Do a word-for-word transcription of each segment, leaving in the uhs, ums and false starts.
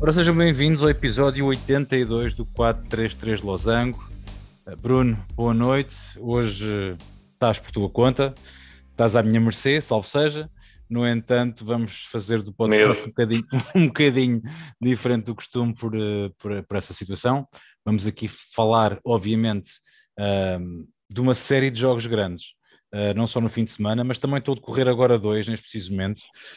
Ora, sejam bem-vindos ao episódio oitenta e dois do quatro três três Losango. Bruno, boa noite. Hoje estás por tua conta, estás à minha mercê, salve seja. No entanto, vamos fazer do podcast um bocadinho, um bocadinho diferente do costume por, por, por essa situação. Vamos aqui falar, obviamente, um, de uma série de jogos grandes. Uh, não só no fim de semana, mas também estou a decorrer agora dois, neste preciso momento.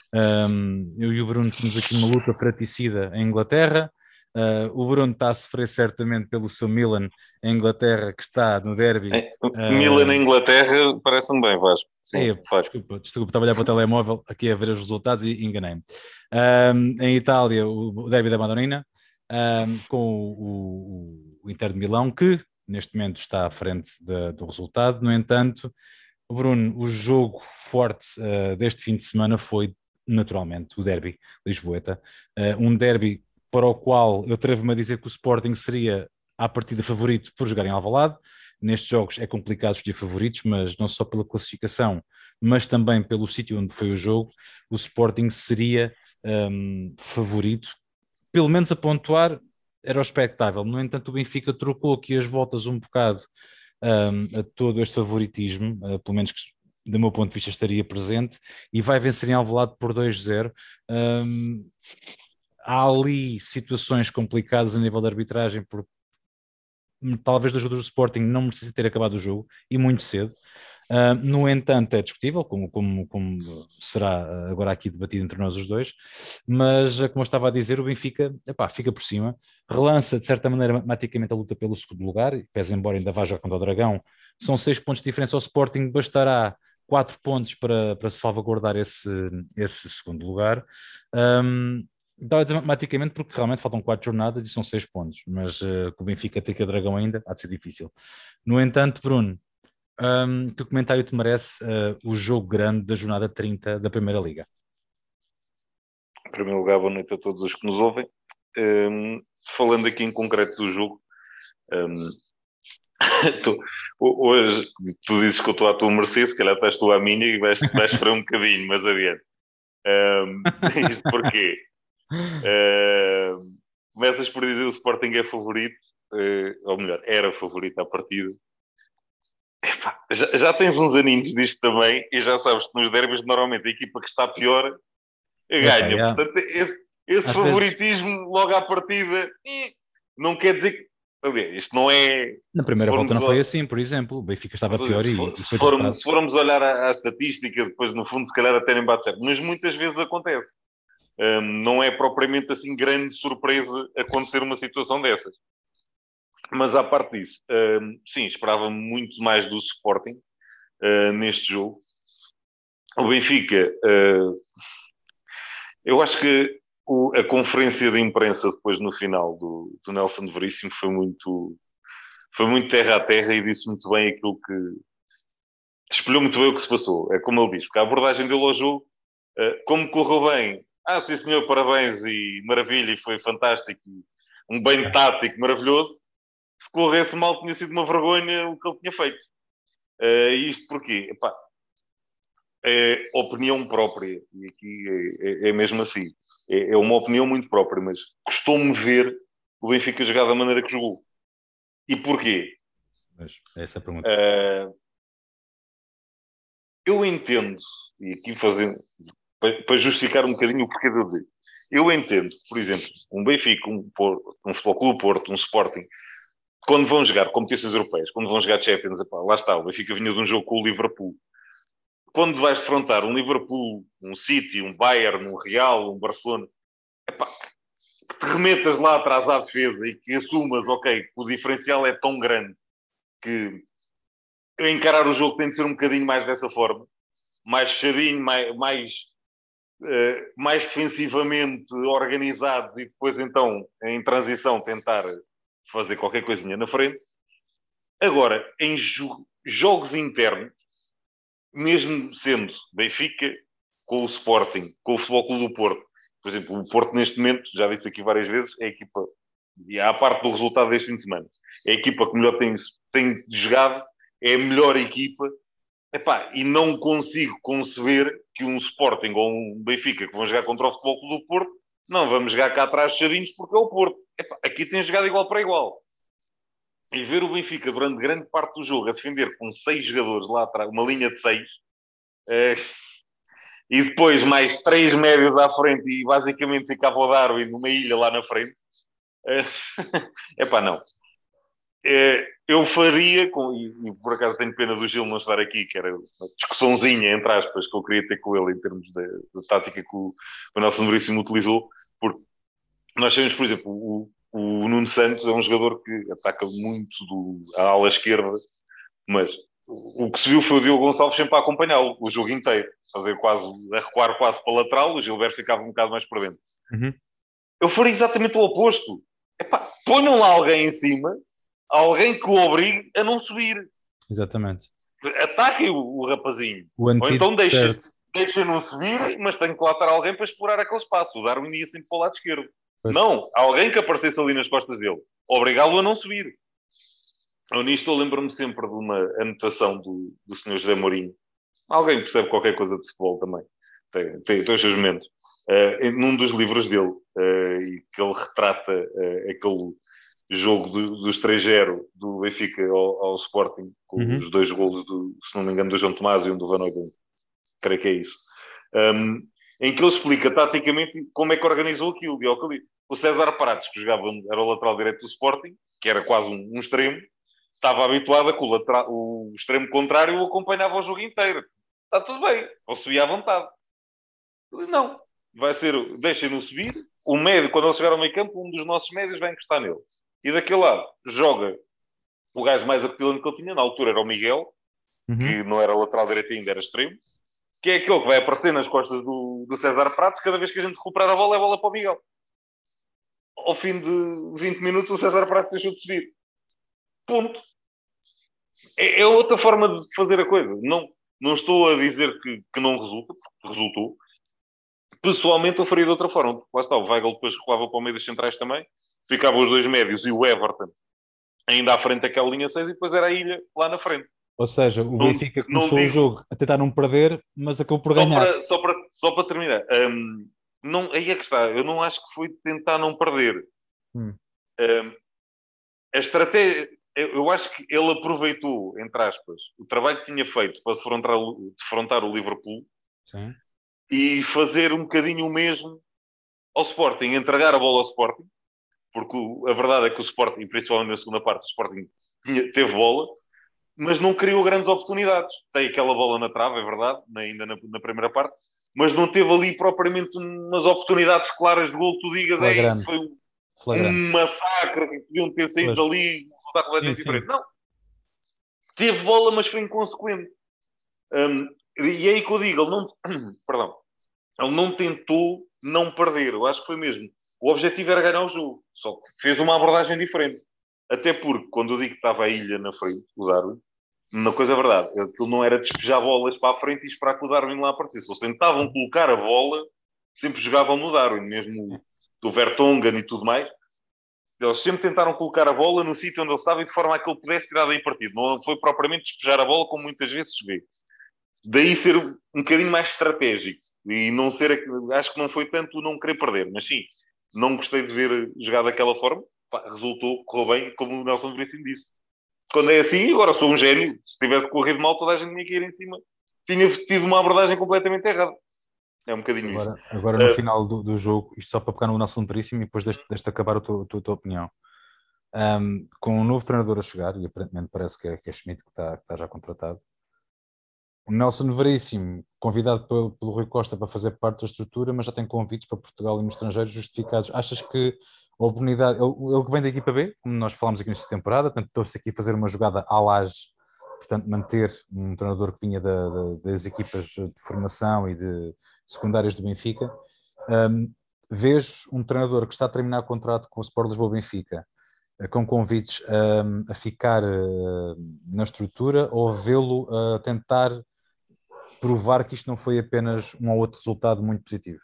Um, eu e o Bruno temos aqui uma luta fraticida em Inglaterra. Uh, o Bruno está a sofrer certamente pelo seu Milan em Inglaterra, que está no derby. É, Milan em Inglaterra parece-me bem, Vasco. Sim, é, desculpa, desculpa, estava a olhar para o telemóvel aqui a ver os resultados e enganei-me. Um, em Itália, o derby da Madonnina, um, com o, o, o Inter de Milão, que neste momento está à frente de, do resultado. No entanto, Bruno, o jogo forte uh, deste fim de semana foi, naturalmente, o derby lisboeta. Uh, um derby para o qual eu atrevo-me a dizer que o Sporting seria, à partida, favorito por jogar em Alvalade. Nestes jogos é complicado escolher favoritos, mas não só pela classificação, mas também pelo sítio onde foi o jogo, o Sporting seria um, favorito, pelo menos a pontuar, era o expectável. No entanto, o Benfica trocou aqui as voltas um bocado Um, a todo este favoritismo, uh, pelo menos que do meu ponto de vista estaria presente, e vai vencer em Alvalade por dois zero. Um, há ali situações complicadas a nível de arbitragem, porque talvez dos jogadores do Sporting não merecessem ter acabado o jogo, e muito cedo. Uh, no entanto, é discutível, como, como, como será agora aqui debatido entre nós os dois, mas como eu estava a dizer, o Benfica epá, fica por cima, relança de certa maneira matematicamente a luta pelo segundo lugar, pese embora ainda vá jogar contra o Dragão, são seis pontos de diferença ao Sporting, bastará quatro pontos para, para salvaguardar esse, esse segundo lugar. Um, Dá a dizer matematicamente porque realmente faltam quatro jornadas e são seis pontos, mas uh, com o Benfica ter que o Dragão ainda, há de ser difícil. No entanto, Bruno, Um, que comentário te merece uh, o jogo grande da jornada trinta da Primeira Liga? Em primeiro lugar, boa noite a todos os que nos ouvem. Um, falando aqui em concreto do jogo, um, tu, hoje tu dizes que eu estou à tua mercê, se calhar estás tu à minha e vais, vais esperar um bocadinho, mas adiante. Um, isto porquê? Um, começas por dizer que o Sporting é favorito, uh, ou melhor, era favorito à partida. Epá, já, já tens uns aninhos disto também e já sabes que nos derbys normalmente a equipa que está pior Epá, ganha. yeah. Portanto, esse, esse Às favoritismo vezes, logo à partida não quer dizer que. Aliás, isto não é. na Se primeira volta formos, não foi assim, por exemplo, o Benfica estava pior e, e se foi formos, derrotado. se formos olhar à, à estatística, depois no fundo, se calhar até nem bate certo, mas muitas vezes acontece. Um, não é propriamente assim grande surpresa acontecer uma situação dessas. Mas à parte disso, um, sim, esperava muito mais do Sporting uh, neste jogo. O Benfica, uh, eu acho que o, a conferência de imprensa depois no final do, do Nelson Veríssimo foi muito, foi muito terra a terra e disse muito bem aquilo que espelhou muito bem o que se passou. É como ele diz, porque a abordagem dele ao jogo, uh, como correu bem, ah, sim senhor, parabéns e maravilha, e foi fantástico, um bem tático maravilhoso. Se corresse mal, tinha sido uma vergonha o que ele tinha feito. Uh, isto porquê? Epá, é opinião própria, e aqui é, é, é mesmo assim. É, é uma opinião muito própria, mas custou-me ver o Benfica jogar da maneira que jogou. E porquê? Mas essa é a pergunta. Uh, eu entendo, e aqui fazendo, para, para justificar um bocadinho o porquê de eu dizer, eu entendo, por exemplo, um Benfica, um, Porto, um Futebol Clube Porto, um Sporting, quando vão jogar competições europeias, quando vão jogar Champions, epá, lá está, o Benfica vinha de um jogo com o Liverpool. Quando vais defrontar um Liverpool, um City, um Bayern, um Real, um Barcelona, epá, que te remetas lá atrás à defesa e que assumas, ok, que o diferencial é tão grande que encarar o jogo tem de ser um bocadinho mais dessa forma, mais fechadinho, mais, mais, uh, mais defensivamente organizados e depois então, em transição, tentar fazer qualquer coisinha na frente. Agora, em jo- jogos internos, mesmo sendo Benfica com o Sporting, com o Futebol Clube do Porto, por exemplo, o Porto neste momento, já disse aqui várias vezes, é a equipa, e à parte do resultado deste fim de semana, é a equipa que melhor tem, tem jogado, é a melhor equipa, epá, e não consigo conceber que um Sporting ou um Benfica que vão jogar contra o Futebol Clube do Porto Não, vamos jogar cá atrás fechadinhos porque é o Porto. Epá, aqui tem jogado igual para igual. E ver o Benfica durante grande parte do jogo a defender com seis jogadores lá atrás, uma linha de seis, eh, e depois mais três médios à frente e basicamente ficava o Darwin numa ilha lá na frente. É eh, pá, não. Eh, eu faria, com, e, e por acaso tenho pena do Gil não estar aqui, que era uma discussãozinha, entre aspas, que eu queria ter com ele em termos da, da tática que o, o Nelson Veríssimo utilizou, porque nós sabemos, por exemplo, o, o Nuno Santos é um jogador que ataca muito do, à ala esquerda, mas o que se viu foi o Diogo Gonçalves sempre a acompanhá-lo o jogo inteiro, fazer quase, a recuar quase para a lateral, o Gilberto ficava um bocado mais por dentro. Uhum. Eu faria exatamente o oposto. Epá, ponham lá alguém em cima, alguém que o obrigue a não subir. Exatamente. Ataquem o, o rapazinho. O Ou então deixem, certo. deixem-no subir, mas tem que lá estar alguém para explorar aquele espaço. O Darwin ia sempre para o lado esquerdo. Pois. Não, alguém que aparecesse ali nas costas dele. Obrigá-lo a não subir. Eu nisto eu lembro-me sempre de uma anotação do, do senhor José Mourinho. Alguém percebe qualquer coisa de futebol também. Tem, tem, tem os seus momentos. Uh, num dos livros dele, uh, e que ele retrata uh, aquele jogo do, dos três zero do Benfica ao, ao Sporting, com uhum. os dois golos, do, se não me engano, do João Tomás e um do Van Hooydonk. Creio que é isso. Um, em que ele explica taticamente como é que organizou aquilo. E, ó, o César Prates, que jogava, era o lateral direito do Sporting, que era quase um, um extremo, estava habituado a que o, lateral, o extremo contrário o acompanhava o jogo inteiro. Está tudo bem, ou subia à vontade. Não, vai ser, deixem-no subir. O médio, quando ele chegar ao meio campo, um dos nossos médios vai encostar nele. E daquele lado, joga o gajo mais acutilante que ele tinha, na altura era o Miguel, uhum. que não era lateral direito ainda, era extremo, que é aquele que vai aparecer nas costas do, do César Pratos, cada vez que a gente recuperar a bola, é a bola para o Miguel. Ao fim de vinte minutos, o César Pratos deixou de subir. Ponto. É, é outra forma de fazer a coisa. Não, não estou a dizer que, que não resulta, porque resultou. Pessoalmente, eu faria de outra forma. Lá está, o Weigl depois recuava para o meio das centrais também. Ficavam os dois médios e o Everton ainda à frente daquela linha seis e depois era a Ilha lá na frente. Ou seja, o não, Benfica começou digo, o jogo a tentar não perder, mas acabou por só ganhar. Para, só, para, só para terminar, um, não, aí é que está. Eu não acho que foi tentar não perder. Hum. Um, a estratégia... Eu acho que ele aproveitou, entre aspas, o trabalho que tinha feito para defrontar, defrontar o Liverpool. Sim. E fazer um bocadinho o mesmo ao Sporting, entregar a bola ao Sporting, porque o, a verdade é que o Sporting, principalmente na segunda parte, o Sporting tinha, teve bola, mas não criou grandes oportunidades. Tem aquela bola na trave, é verdade, ainda na, na primeira parte, mas não teve ali propriamente umas oportunidades claras de gol, tu digas, aí foi um, um massacre, que podiam ter saído pois. dali, está completamente sim, diferente. Sim. Não. Teve bola, mas foi inconsequente. Um, e é aí que eu digo, ele não, perdão, ele não tentou não perder. Eu acho que foi mesmo. O objetivo era ganhar o jogo. Só que fez uma abordagem diferente. Até porque, quando eu digo que estava a Ilha na frente, o Darwin, uma coisa é verdade. Aquilo não era despejar bolas para a frente e esperar que o Darwin lá aparecesse. Eles tentavam colocar a bola, sempre jogavam no Darwin. Mesmo do Vertonghen e tudo mais. Eles sempre tentaram colocar a bola no sítio onde ele estava e de forma a que ele pudesse tirar daí partido. Não foi propriamente despejar a bola, como muitas vezes se vê. Daí ser um bocadinho mais estratégico. E não ser... Acho que não foi tanto não querer perder. Mas sim, não gostei de ver jogar daquela forma. Pá, resultou, correu bem, como o Nelson Veríssimo disse. Quando é assim, agora sou um gênio. Se tivesse corrido mal, toda a gente tinha que ir em cima. Tinha tido uma abordagem completamente errada. É um bocadinho agora, isso. Agora, no uh, final do, do jogo, isto só para pegar no Nelson Veríssimo e depois deste, deste acabar a tua, a tua, a tua opinião. Um, com um novo treinador a chegar, e aparentemente parece que é, que é Schmidt que está, que está já contratado, o Nelson Veríssimo, convidado pelo, pelo Rui Costa para fazer parte da estrutura, mas já tem convites para Portugal e no estrangeiro justificados. Achas que a oportunidade, ele, ele que vem da equipa B, como nós falámos aqui nesta temporada, tentou-se aqui fazer uma jogada à laje, portanto manter um treinador que vinha da, da, das equipas de formação e de secundárias do Benfica. Um, vês um treinador que está a terminar o contrato com o Sport Lisboa-Benfica, com convites um, a ficar uh, na estrutura, ou vê-lo a uh, tentar provar que isto não foi apenas um ou outro resultado muito positivo?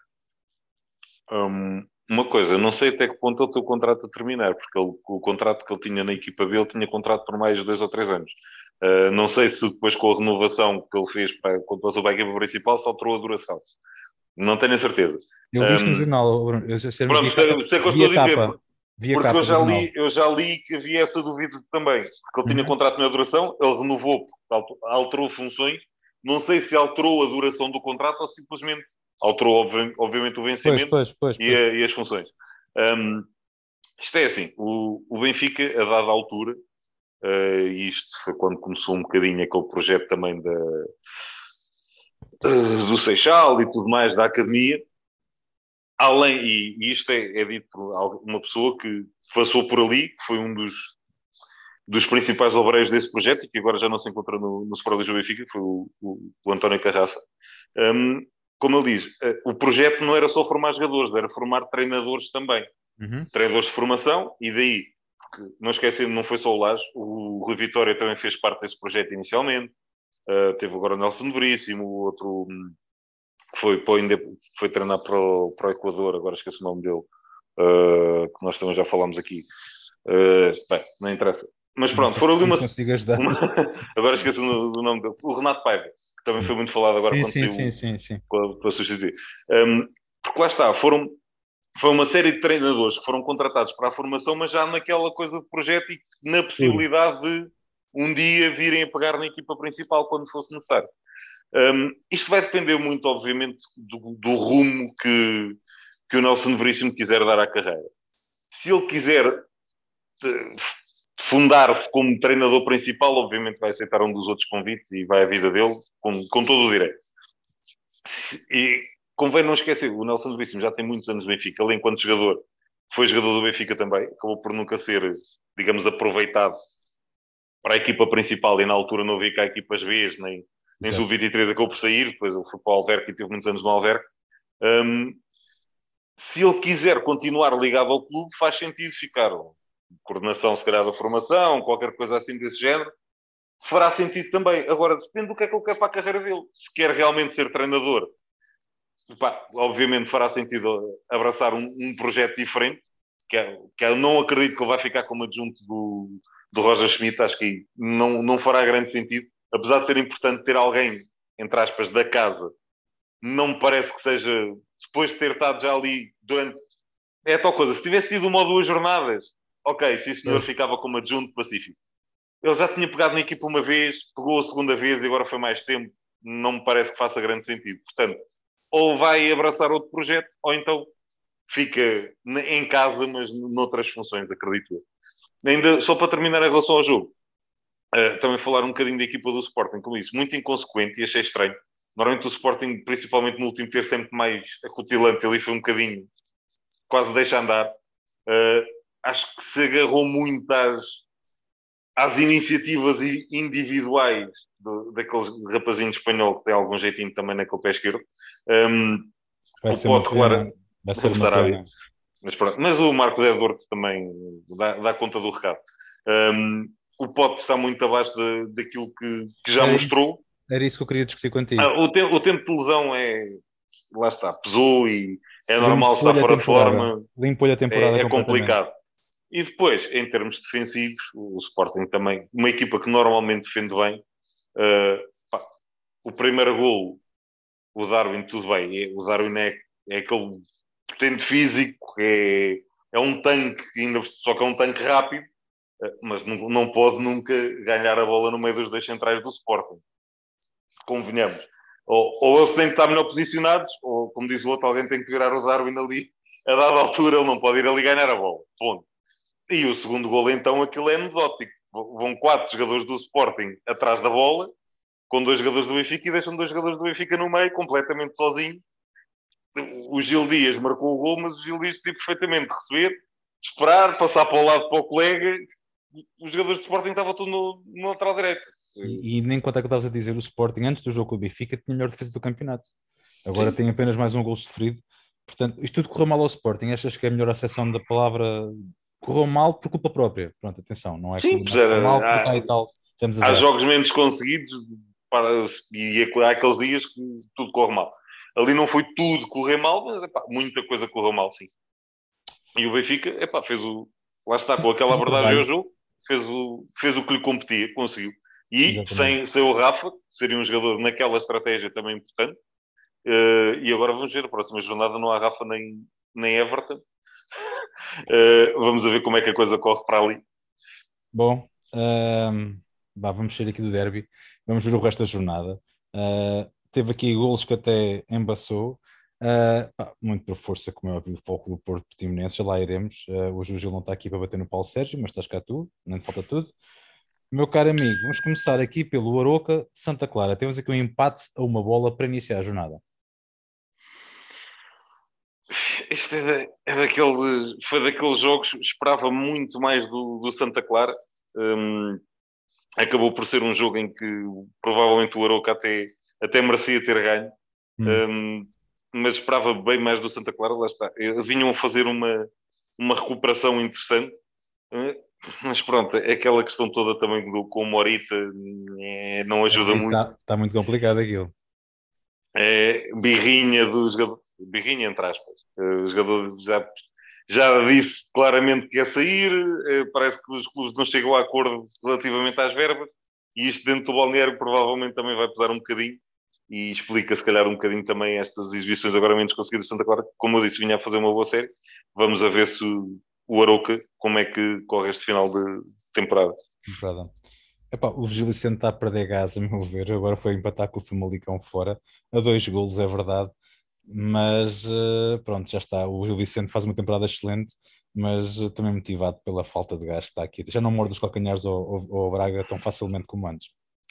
Um, uma coisa, não sei até que ponto ele tem o contrato a terminar, porque ele, o contrato que ele tinha na equipa B, ele tinha contrato por mais de dois ou três anos. Uh, não sei se depois com a renovação que ele fez para, quando passou para a equipa principal, se alterou a duração. Não tenho a certeza. Eu li isto no Um, jornal, Bruno. Eu sei pronto, vi isso é, capa, isso é que eu vi estou a a dizer, capa, vi a porque eu capa do já li, jornal. eu já li que havia essa dúvida também, porque ele tinha Uhum. contrato na duração, ele renovou, alterou funções, não sei se alterou a duração do contrato ou simplesmente alterou, obviamente, o Pois, vencimento pois, pois, e, pois. a, e as funções. Um, isto é assim, o, o Benfica, a dada altura, uh, e isto foi quando começou um bocadinho aquele projeto também da, uh, do Seixal e tudo mais, da academia, além, e, e isto é, é dito por uma pessoa que passou por ali, que foi um dos, dos principais obreiros desse projeto e que agora já não se encontra no, no Sport Lisboa Benfica, que foi o, o, o António Carraça. Um, como ele diz, uh, o projeto não era só formar jogadores, era formar treinadores também. Uhum. Treinadores de formação, e daí, porque não esquecendo, não foi só o Lage, o Rui Vitória também fez parte desse projeto inicialmente, uh, teve agora o Nelson Veríssimo, o outro que foi, foi treinar para o, para o Equador, agora esqueço o nome dele, uh, que nós também já falámos aqui. Uh, bem, não interessa. Mas Não pronto, foram ali consigo, não uma. consigo ajudar. uma agora esqueço o nome dele. O Renato Paiva, que também foi muito falado agora Sim, quando sim, saiu sim, sim, sim. para, para substituir. Um, porque lá está, foram. Foi uma série de treinadores que foram contratados para a formação, mas já naquela coisa de projeto e na Tudo. possibilidade de um dia virem a pegar na equipa principal quando fosse necessário. Um, isto vai depender muito, obviamente, do, do rumo que, que o Nelson Veríssimo quiser dar à carreira. Se ele quiser uh, fundar-se como treinador principal, obviamente vai aceitar um dos outros convites e vai à vida dele com, com todo o direito. E convém não esquecer, o Nelson Veríssimo já tem muitos anos no Benfica, ele enquanto jogador foi jogador do Benfica também, acabou por nunca ser, digamos, aproveitado para a equipa principal e na altura não havia cá equipas B, nem, nem Exato. sub vinte e três acabou por sair, depois ele foi para o Alverca e teve muitos anos no Alverca. Um, se ele quiser continuar ligado ao clube, faz sentido ficar coordenação, se calhar, da formação, qualquer coisa assim desse género, fará sentido também. Agora, depende do que é que ele quer para a carreira dele. Se quer realmente ser treinador, pá, obviamente fará sentido abraçar um, um projeto diferente, que, é, que eu não acredito que ele vai ficar como adjunto do, do Roger Schmidt, acho que não, não fará grande sentido, apesar de ser importante ter alguém, entre aspas, da casa, não me parece que seja, depois de ter estado já ali durante, é tal coisa, se tivesse sido uma ou duas jornadas, ok, se o senhor Pois. ficava como adjunto pacífico. Ele já tinha pegado na equipa uma vez, pegou a segunda vez e agora foi mais tempo, não me parece que faça grande sentido. Portanto, ou vai abraçar outro projeto, ou então fica em casa, mas noutras funções, acredito eu. Ainda, só para terminar em relação ao jogo, uh, também falar um bocadinho da equipa do Sporting, como isso, muito inconsequente e achei estranho. Normalmente o Sporting, principalmente no último terço, sempre mais acutilante, ali foi um bocadinho, quase deixa andar. Uh, acho que se agarrou muito às, às iniciativas individuais do, daqueles rapazinho espanhol que tem algum jeitinho também naquele pé esquerdo. Um, Vai o ser uma Pote, claro, pena. Vai ser o uma Sarabia. pena. Mas, pronto. Mas o Marcos Edwards também dá, dá conta do recado. Um, o Pote está muito abaixo de, daquilo que, que já Era isso, mostrou. era isso que eu queria discutir contigo. Ah, o, te, o tempo de lesão é. Lá está, pesou e é normal estar Limpou-lhe a fora de temporada. forma, Limpou-lhe a temporada é, é completamente. complicado. E depois, em termos defensivos, o Sporting também, uma equipa que normalmente defende bem, uh, pá, o primeiro golo, o Darwin, tudo bem, é, o Darwin é, é aquele potente físico, é, é um tanque, ainda, só que é um tanque rápido, uh, mas não, não pode nunca ganhar a bola no meio dos dois centrais do Sporting. Convenhamos. Ou, ou eles têm que estar melhor posicionados, ou, como diz o outro, alguém tem que virar o Darwin ali, a dada altura ele não pode ir ali ganhar a bola. Ponto. E o segundo gol, então, aquilo é anedótico. Vão quatro jogadores do Sporting atrás da bola, com dois jogadores do Benfica, e deixam dois jogadores do Benfica no meio, completamente sozinho. O Gil Dias marcou o gol, mas o Gil Dias podia perfeitamente receber, esperar, passar para o lado para o colega. Os jogadores do Sporting estavam tudo no, no lateral direito. E, e nem conta que estavas a dizer, o Sporting, antes do jogo com o Benfica, tinha a melhor defesa do campeonato. Agora Sim. tem apenas mais um gol sofrido. Portanto, isto tudo correu mal ao Sporting. Achas que é a melhor acessão da palavra? Correu mal por culpa própria. Pronto, atenção, não é que Sim, não pois correu mal era, porque há, aí tal, temos há azar. jogos menos conseguidos para, e há aqueles dias que tudo corre mal. Ali não foi tudo correr mal, mas epá, muita coisa correu mal, sim. E o Benfica, epá, fez o. Lá está, com aquela Fez o abordagem ao trabalho, jogo, fez o, fez o que lhe competia, conseguiu. E exatamente. sem, sem o Rafa, seria um jogador naquela estratégia também importante, Uh, e agora vamos ver, a próxima jornada não há Rafa nem, nem Everton. Uh, vamos a ver como é que a coisa corre para ali. Bom, um, bah, vamos sair aqui do derby, vamos ver o resto da jornada. Uh, teve aqui golos que até embaçou, uh, pá, muito por força, como é óbvio, do Foco do Porto Portimonense, já lá iremos. Uh, hoje o Gil não está aqui para bater no Paulo Sérgio, mas estás cá tu, não te falta tudo. Meu caro amigo, vamos começar aqui pelo Aroca Santa Clara. Temos aqui um empate a uma bola para iniciar a jornada. Este é, da, é daquele, foi daqueles jogos, esperava muito mais do, do Santa Clara. Um, acabou por ser um jogo em que provavelmente o Aroca até, até merecia ter ganho. Hum. Um, mas esperava bem mais do Santa Clara, lá está. Vinham a fazer uma, uma recuperação interessante. Mas pronto, é aquela questão toda também do, com o Morita, é, não ajuda muito. Está tá muito complicado aquilo. É birrinha do jogador, birrinha entre aspas. O jogador já, já disse claramente que ia sair, parece que os clubes não chegam a acordo relativamente às verbas, e isto dentro do balneário provavelmente também vai pesar um bocadinho, e explica se calhar um bocadinho também estas exibições agora menos conseguidas de Santa Clara, como eu disse, vinha a fazer uma boa série. Vamos a ver se o Aroca, como é que corre este final de temporada. temporada. Epá, o Gil Vicente está a perder gás, a meu ver. Agora foi empatar com o Famalicão fora, a dois golos, é verdade. Mas uh, pronto, já está. O Gil Vicente faz uma temporada excelente, mas uh, também motivado pela falta de gás que está aqui. Já não morde os calcanhares ao, ao, ao Braga tão facilmente como antes.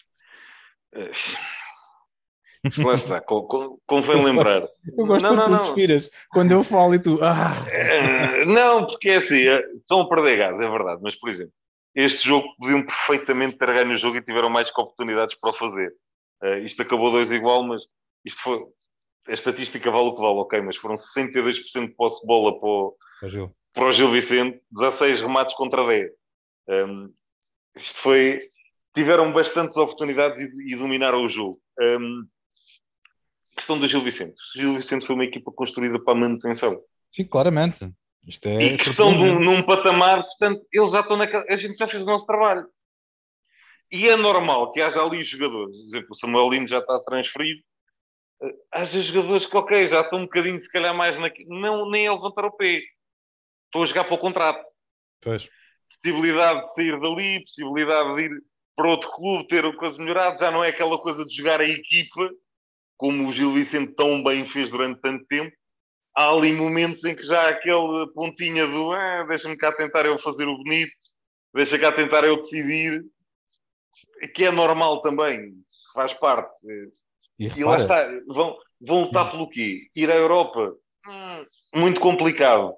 Isto lá está, convém lembrar. Eu gosto não, quando não, tu não. suspiras, quando eu falo e tu. Ah! Não, porque é assim, estão a perder gás, é verdade, mas por exemplo, este jogo podiam perfeitamente ter ganho o jogo e tiveram mais que oportunidades para o fazer. Uh, isto acabou dois igual, mas isto foi. A estatística vale o que vale, ok, mas foram sessenta e dois por cento de posse de bola para o, Gil. para o Gil Vicente, dezasseis remates contra dez. Um, isto foi. Tiveram bastantes oportunidades e, e dominaram o jogo. Um, questão do Gil Vicente. O Gil Vicente foi uma equipa construída para a manutenção. Sim, claramente. Isto é E questão de um, num patamar, portanto, eles já estão naquela. A gente já fez o nosso trabalho. E é normal que haja ali jogadores. Por exemplo, o Samuel Lino já está transferido. Haja jogadores que, ok, já estão um bocadinho, se calhar, mais naquilo. Não, nem a levantar o pé. Estou a jogar para o contrato. Pois. Possibilidade de sair dali, possibilidade de ir para outro clube, ter o coisa melhorada. Já não é aquela coisa de jogar a equipa, como o Gil Vicente tão bem fez durante tanto tempo. Há ali momentos em que já há aquele pontinha do ah, deixa-me cá tentar eu fazer o bonito, deixa cá tentar eu decidir, que é normal também, faz parte. E, e lá repara, está, vão, vão lutar pelo quê? Ir à Europa? Hum, muito complicado.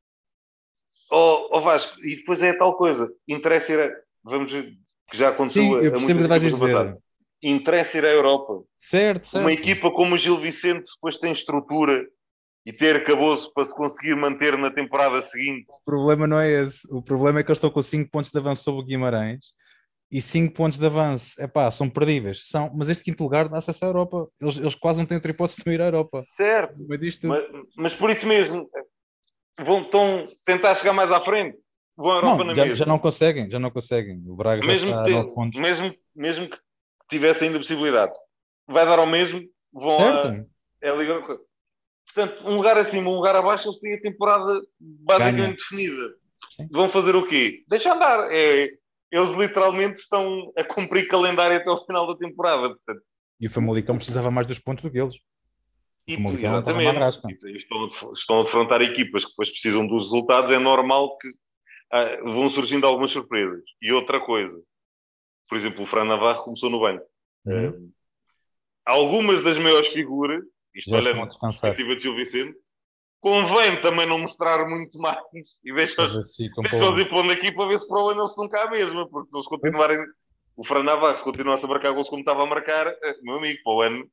Oh, oh Vasco, e depois é a tal coisa, interessa ir a, vamos ver, que já aconteceu sim, eu a, a percebo o muitas que vais equipas no dizer. passado, interessa ir à Europa. Certo, Uma certo. equipa como o Gil Vicente depois tem estrutura e ter acabou-se para se conseguir manter na temporada seguinte. O problema não é esse. O problema é que eles estão com cinco pontos de avanço sobre o Guimarães e cinco pontos de avanço, epá, são perdíveis. São, mas este quinto lugar dá acesso à Europa. Eles, eles quase não têm outra hipótese de não ir à Europa. Certo, mas, mas, por isso mesmo vão tão, tentar chegar mais à frente. Vão à Europa Não, na já, já mesma. não conseguem, já não conseguem. O Braga já Mesmo está que, a nove pontos. mesmo, mesmo que tivesse ainda possibilidade. Vai dar ao mesmo, vão Certo? a, é a Liga. Portanto, um lugar acima, um lugar abaixo, eles têm a temporada Ganha. basicamente definida. Sim. Vão fazer o quê? Deixa andar. É, eles literalmente estão a cumprir calendário até ao final da temporada. Portanto, E o Famalicão precisava mais dos pontos do que eles. O e, Famalicão estava na exatamente. rasca. Estão, estão a defrontar equipas que depois precisam dos resultados. É normal que ah, vão surgindo algumas surpresas. E outra coisa, por exemplo, o Fran Navarro começou no banco. Uhum. Uh, algumas das maiores figuras, isto Já estão a olhando descansar. perspectiva de Gil Vicente, convém também não mostrar muito mais e Para deixa-os ver se ficam para o deixa ano. ir pondo aqui para ver se para o ano eles estão cá mesmo, porque se eles continuarem, o Fran Navarro se continuasse a marcar gols como estava a marcar, meu amigo, para o ano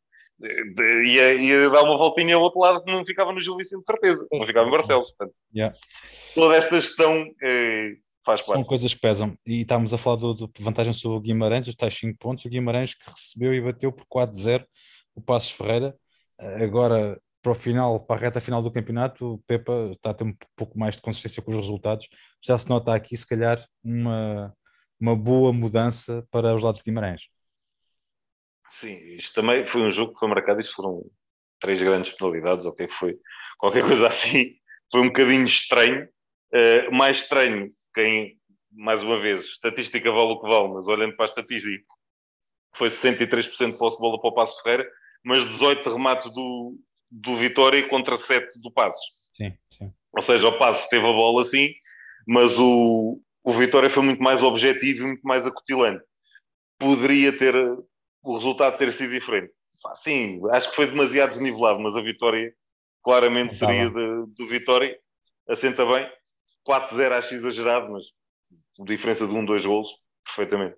ia, ia dar uma voltinha ao outro lado que não ficava no Gil Vicente de certeza, não ficava em Barcelos. Portanto, Yeah. toda esta gestão eh, faz São parte. coisas que pesam. E estávamos a falar do, do vantagem sobre o Guimarães, os tais cinco pontos. O Guimarães que recebeu e bateu por quatro a zero o Passos Ferreira. Agora, para o final, para a reta final do campeonato, o Pepa está a ter um pouco mais de consistência com os resultados. Já se nota aqui, se calhar, uma, uma boa mudança para os lados de Guimarães. Sim, isto também foi um jogo que foi marcado, isto foram três grandes penalidades, ou o que é que foi, qualquer coisa assim, foi um bocadinho estranho, uh, mais estranho, quem, mais uma vez, estatística vale o que vale, mas olhando para a estatística, foi sessenta e três por cento de posse de bola para o Passos Ferreira, mas dezoito remates do, do Vitória contra sete do Passos. Sim, sim. Ou seja, o Passos teve a bola sim, mas o, o Vitória foi muito mais objetivo e muito mais acutilante. Poderia ter o resultado ter sido diferente. Sim, acho que foi demasiado desnivelado, mas a vitória claramente seria de, do Vitória. Assenta bem. quatro a zero acho exagerado, mas diferença de um, dois golos, perfeitamente.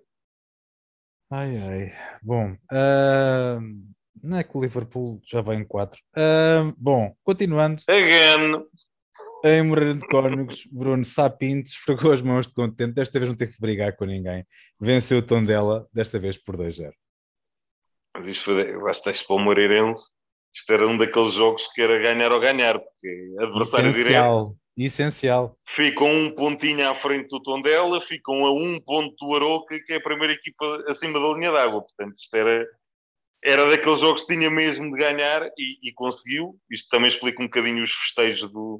Ai, ai. Bom, uh, não é que o Liverpool já vai em quatro. Uh, bom, continuando. Again. Em Moreira de Cónegos, Bruno Sapinto esfregou as mãos de contente. Desta vez não teve que brigar com ninguém. Venceu o Tondela, desta vez por dois a zero. Mas isto foi, basta isto para o Moreirense. Isto era um daqueles jogos que era ganhar ou ganhar, porque adversário essencial, direto. Essencial. Ficam um pontinho à frente do Tondela, ficam a um ponto do Aroca, que é a primeira equipa acima da linha d'água. Portanto, isto era, era daqueles jogos que tinha mesmo de ganhar e, e conseguiu. Isto também explica um bocadinho os festejos do,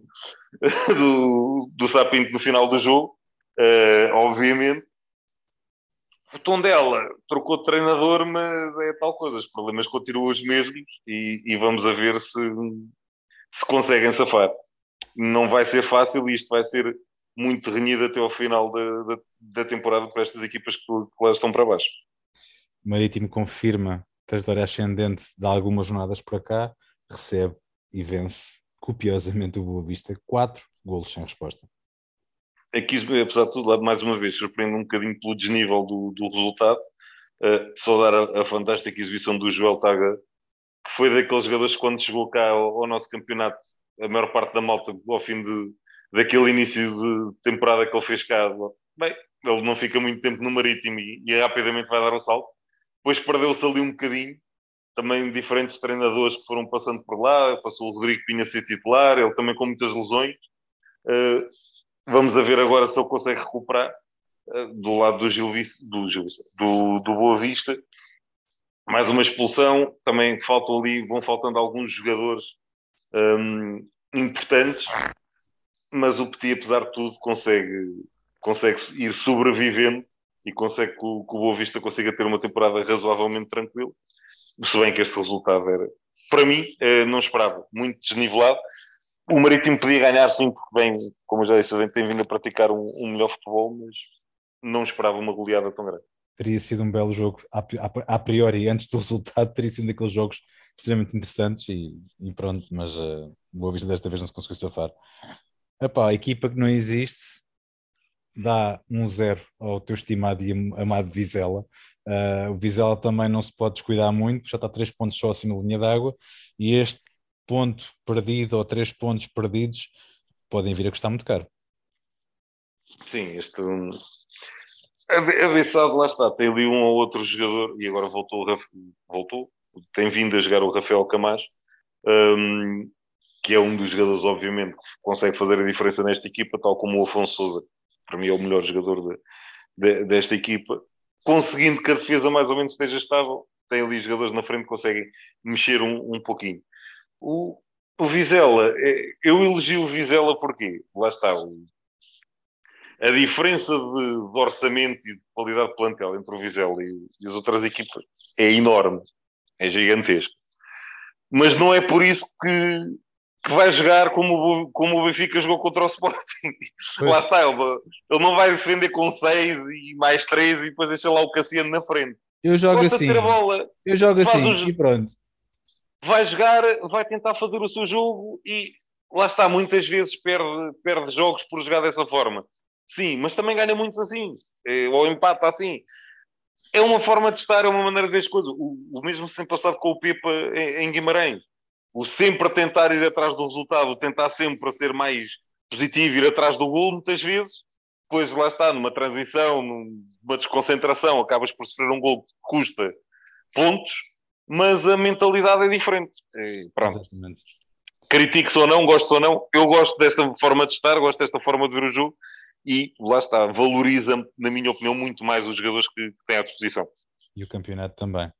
do, do Sapinto no final do jogo, uh, obviamente. O Tondela trocou de treinador, mas é tal coisa. Os problemas continuam os mesmos e, e vamos a ver se, se conseguem safar. Não vai ser fácil e isto vai ser muito renhido até ao final da, da, da temporada para estas equipas que, que lá estão para baixo. O Marítimo confirma trajetória ascendente de algumas jornadas para cá, recebe e vence copiosamente o Boa Vista, quatro golos sem resposta. Aqui, apesar de tudo, mais uma vez, surpreende um bocadinho pelo desnível do, do resultado. Uh, só dar a, a fantástica exibição do Joel Taga, que foi daqueles jogadores que quando chegou cá ao, ao nosso campeonato, a maior parte da malta, ao fim de, daquele início de temporada que ele fez cá, bem, ele não fica muito tempo no Marítimo e, e rapidamente vai dar o salto. Depois perdeu-se ali um bocadinho. Também diferentes treinadores que foram passando por lá, passou o Rodrigo Pinha a ser titular, ele também com muitas lesões. Uh, vamos a ver agora se ele consegue recuperar uh, do lado do Gil, do, Gil do, do Boa Vista. Mais uma expulsão, também faltam ali, vão faltando alguns jogadores um, importantes, mas o Petit, apesar de tudo, consegue, consegue ir sobrevivendo e consegue que o, que o Boa Vista consiga ter uma temporada razoavelmente tranquila. Se bem que este resultado era, para mim, não esperava, muito desnivelado. O Marítimo podia ganhar sim, porque bem, como eu já disse, bem, tem vindo a praticar um, um melhor futebol, mas não esperava uma goleada tão grande. Teria sido um belo jogo, a priori, antes do resultado, teria sido um daqueles jogos extremamente interessantes e, e pronto, mas uh, Boa Vista desta vez não se conseguiu safar. Epá, a equipa que não existe dá um zero ao teu estimado e amado Vizela. Uh, o Vizela também não se pode descuidar muito, já está três pontos só acima da linha d'água e este ponto perdido ou três pontos perdidos podem vir a custar muito caro. Sim, este... A Bessado, lá está, tem ali um ou outro jogador, e agora voltou, voltou tem vindo a jogar o Rafael Camacho, um, que é um dos jogadores, obviamente, que consegue fazer a diferença nesta equipa, tal como o Afonso Sousa, para mim é o melhor jogador de, de, desta equipa, conseguindo que a defesa mais ou menos esteja estável, tem ali jogadores na frente que conseguem mexer um, um pouquinho. O, o Vizela, eu elogio o Vizela porque, lá está, o a diferença de, de orçamento e de qualidade de plantel entre o Vizela e, e as outras equipas é enorme, é gigantesco. Mas não é por isso que, que vai jogar como, como o Benfica jogou contra o Sporting. Pois. Lá está, ele, ele não vai defender com seis e mais três e depois deixa lá o Cassiano na frente. Eu jogo Gosta assim, de ter a bola, eu jogo assim o, e pronto. Vai jogar, vai tentar fazer o seu jogo e lá está, muitas vezes perde, perde jogos por jogar dessa forma. Sim, mas também ganha muitos assim. Ou empata assim. É uma forma de estar, é uma maneira de ver as coisas. O, o mesmo se tem passado com o Pepa em, em Guimarães. O sempre a tentar ir atrás do resultado, tentar sempre a ser mais positivo, ir atrás do gol, muitas vezes. Depois lá está, numa transição, numa desconcentração, acabas por sofrer um gol que custa pontos, mas a mentalidade é diferente. É, pronto. Exatamente. Critique-se ou não, gosto ou não. Eu gosto desta forma de estar, gosto desta forma de ver o jogo. E lá está, valoriza, na minha opinião, muito mais os jogadores que, que têm à disposição. E o campeonato também.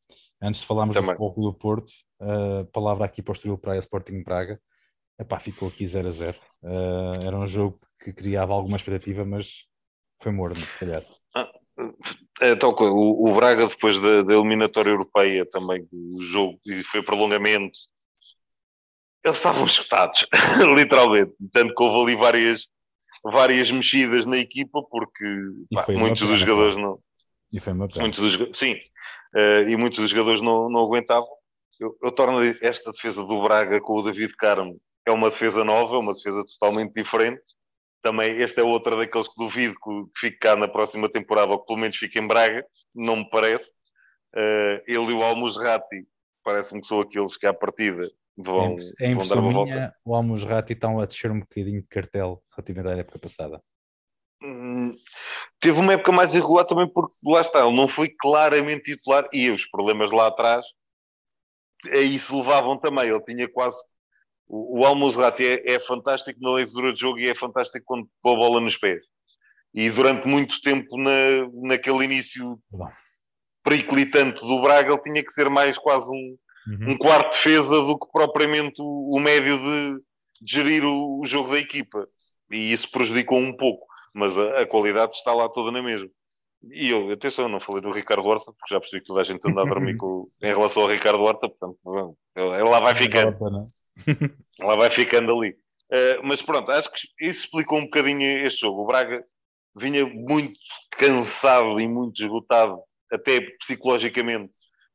Antes de falarmos Também. do Futebol Clube do Porto, a palavra aqui para o Estoril Praia Sporting Braga. Epá, ficou aqui zero a zero. Uh, era um jogo que criava alguma expectativa, mas foi morno, se calhar. Ah, é tal coisa. O, o Braga, depois da, da eliminatória europeia também, o jogo e foi prolongamento, eles estavam escutados, literalmente. Tanto que houve ali várias, várias mexidas na equipa, porque E pá, foi uma muitos dos pena, jogadores pá. não. E foi uma pena. Muitos dos, sim, uh, e muitos dos jogadores não, não aguentavam. Eu, eu torno esta defesa do Braga com o David Carmo é uma defesa nova, uma defesa totalmente diferente. Também este é outro daqueles que duvido que fique cá na próxima temporada, ou que pelo menos fique em Braga, não me parece. Uh, ele e o Al-Musrati parece-me que são aqueles que à partida vão, É, em vão dar impressão uma volta. minha, o Al-Musrati estão a descer um bocadinho de cartel relativamente à época passada. Hum, teve uma época mais irregular também porque lá está, ele não foi claramente titular e os problemas lá atrás a isso levavam também. Ele tinha quase. O, o Al-Musrati é, é fantástico na leitura de jogo e é fantástico quando com a bola nos pés. E durante muito tempo, na, naquele início Perdão. periclitante do Braga, ele tinha que ser mais quase um, Uhum. um quarto defesa do que propriamente o, o médio de, de gerir o, o jogo da equipa. E isso prejudicou um pouco. Mas a, a qualidade está lá toda na mesma. E eu, atenção, não falei do Ricardo Horta, porque já percebi que toda a gente anda a dormir com, em relação ao Ricardo Horta, portanto, ele lá vai ficando. Lá vai ficando ali. Uh, mas pronto, acho que isso explicou um bocadinho este jogo. O Braga vinha muito cansado e muito esgotado, até psicologicamente,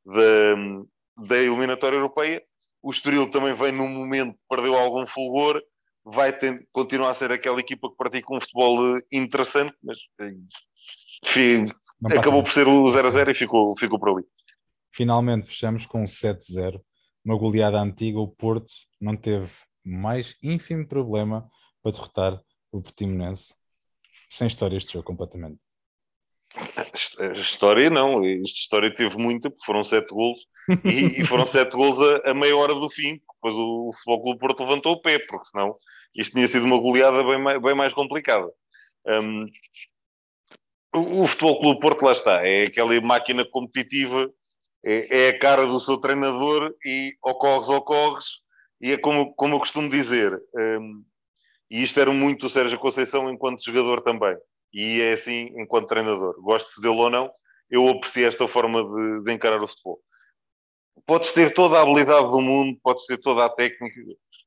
da, da eliminatória europeia. O Estoril também vem num momento que perdeu algum fulgor, vai ter, continuar a ser aquela equipa que pratica um futebol interessante, mas enfim, acabou por ser o zero a zero e ficou, ficou por ali. Finalmente fechamos com sete a zero. Uma goleada antiga. O Porto não teve mais ínfimo problema para derrotar o Portimonense. Sem história este jogo, completamente. A história não, esta história teve muita, porque foram sete golos e, e foram sete golos a, a meia hora do fim, depois o, o Futebol Clube Porto levantou o pé, porque senão isto tinha sido uma goleada bem mais, bem mais complicada. Um, o, o Futebol Clube Porto lá está, é aquela máquina competitiva, é, é a cara do seu treinador e ocorres, ocorres, e é como, como eu costumo dizer, um, e isto era muito o Sérgio Conceição enquanto jogador também. E é assim enquanto treinador. Gosto dele ou não, eu aprecio esta forma de, de encarar o futebol. Podes ter toda a habilidade do mundo, podes ter toda a técnica.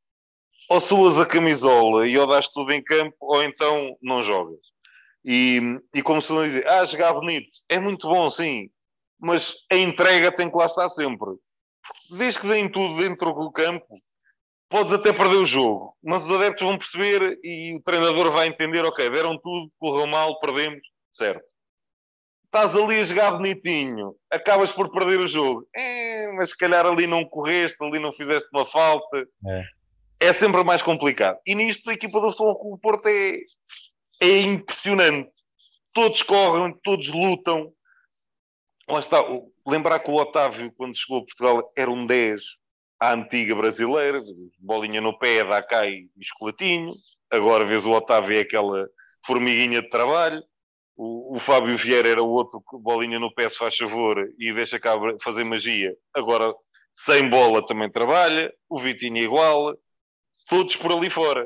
Ou suas a camisola e ou dás tudo em campo, ou então não jogas. E, e como se não dizer, ah, jogar bonito, é muito bom, sim, mas a entrega tem que lá estar sempre. Desde que deem tudo dentro do campo, podes até perder o jogo, mas os adeptos vão perceber e o treinador vai entender, ok, deram tudo, correu mal, perdemos, certo. Estás ali a jogar bonitinho, acabas por perder o jogo. É, mas se calhar ali não correste, ali não fizeste uma falta. É, É sempre mais complicado. E nisto a equipa do Futebol Clube do Porto é, é impressionante. Todos correm, todos lutam. Lá está, lembrar que o Otávio, quando chegou a Portugal, era um dez à antiga brasileira, bolinha no pé, dá cá e escolatinho. Agora vês o Otávio é aquela formiguinha de trabalho. O, o Fábio Vieira era o outro que bolinha no pé se faz favor e deixa cá fazer magia. Agora, sem bola também trabalha. O Vitinho é igual. Todos por ali fora.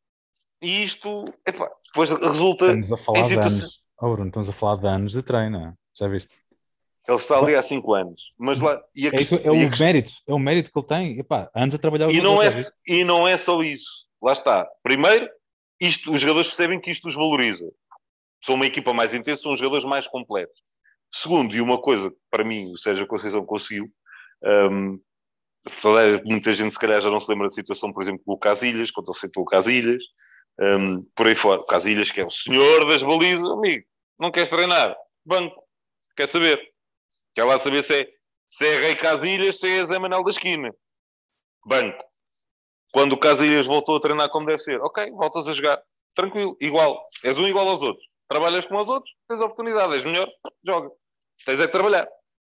E isto, epá, depois resulta estamos a em falar de situação. anos. Oh, Bruno, estamos a falar de anos de treino. Já viste? Ele está ali há cinco anos. Mas lá, e, a, É, isso, é e, o a, mérito. É o mérito que ele tem. Epá, anos a trabalhar o e, jogador, não é, já viste? e não é só isso. Lá está. Primeiro, isto, os jogadores percebem que isto os valoriza. São uma equipa mais intensa, são os jogadores mais completos. Segundo, e uma coisa que para mim o Sérgio Conceição conseguiu, um, muita gente se calhar já não se lembra da situação, por exemplo, do Casilhas, quando ele sentou o Casilhas, um, por aí fora. O Casilhas, que é o senhor das balizas, amigo, não queres treinar? Banco, quer saber? Quer lá saber se é, se é Rei Casilhas, se é Zé Manuel da esquina. Banco. Quando o Casilhas voltou a treinar como deve ser, ok, voltas a jogar. Tranquilo, igual. És um igual aos outros. Trabalhas como aos outros, tens oportunidade, és melhor, joga. Tens é que trabalhar.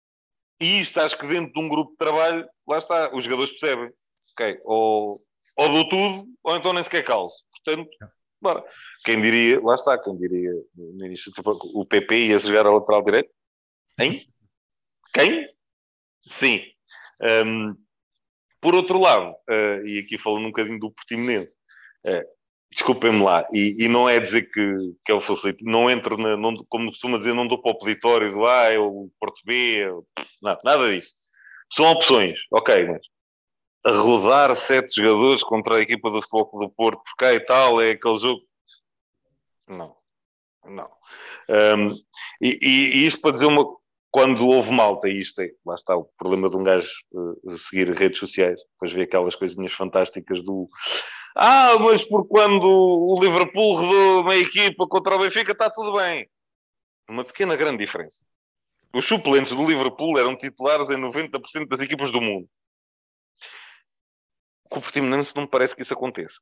E isto acho que dentro de um grupo de trabalho, lá está, os jogadores percebem. Ok, ou, ou dou tudo, ou então nem sequer calço. Portanto, bora. Quem diria, lá está, quem diria no início, tipo, o P P ia jogar a lateral direito? Hein? Quem? Sim. Um, por outro lado, uh, e aqui falando um bocadinho do Portimonense, uh, desculpem-me lá, e, e não é dizer que, que é o facilito, não entro, na, não, como costuma dizer, não dou para o peditório do A, é o Porto B, é o... Não, nada disso. São opções, ok, mas a rodar sete jogadores contra a equipa do Futebol Clube do Porto, por cá e tal, é aquele jogo. Não, não. Um, e, e, e isto para dizer uma. Quando houve malta, e isto é, lá está o problema de um gajo uh, seguir redes sociais, depois vê aquelas coisinhas fantásticas do ah, mas por quando o Liverpool rodou uma equipa contra o Benfica, está tudo bem. Uma pequena grande diferença. Os suplentes do Liverpool eram titulares em noventa por cento das equipas do mundo. Com o Portimonense não me parece que isso aconteça.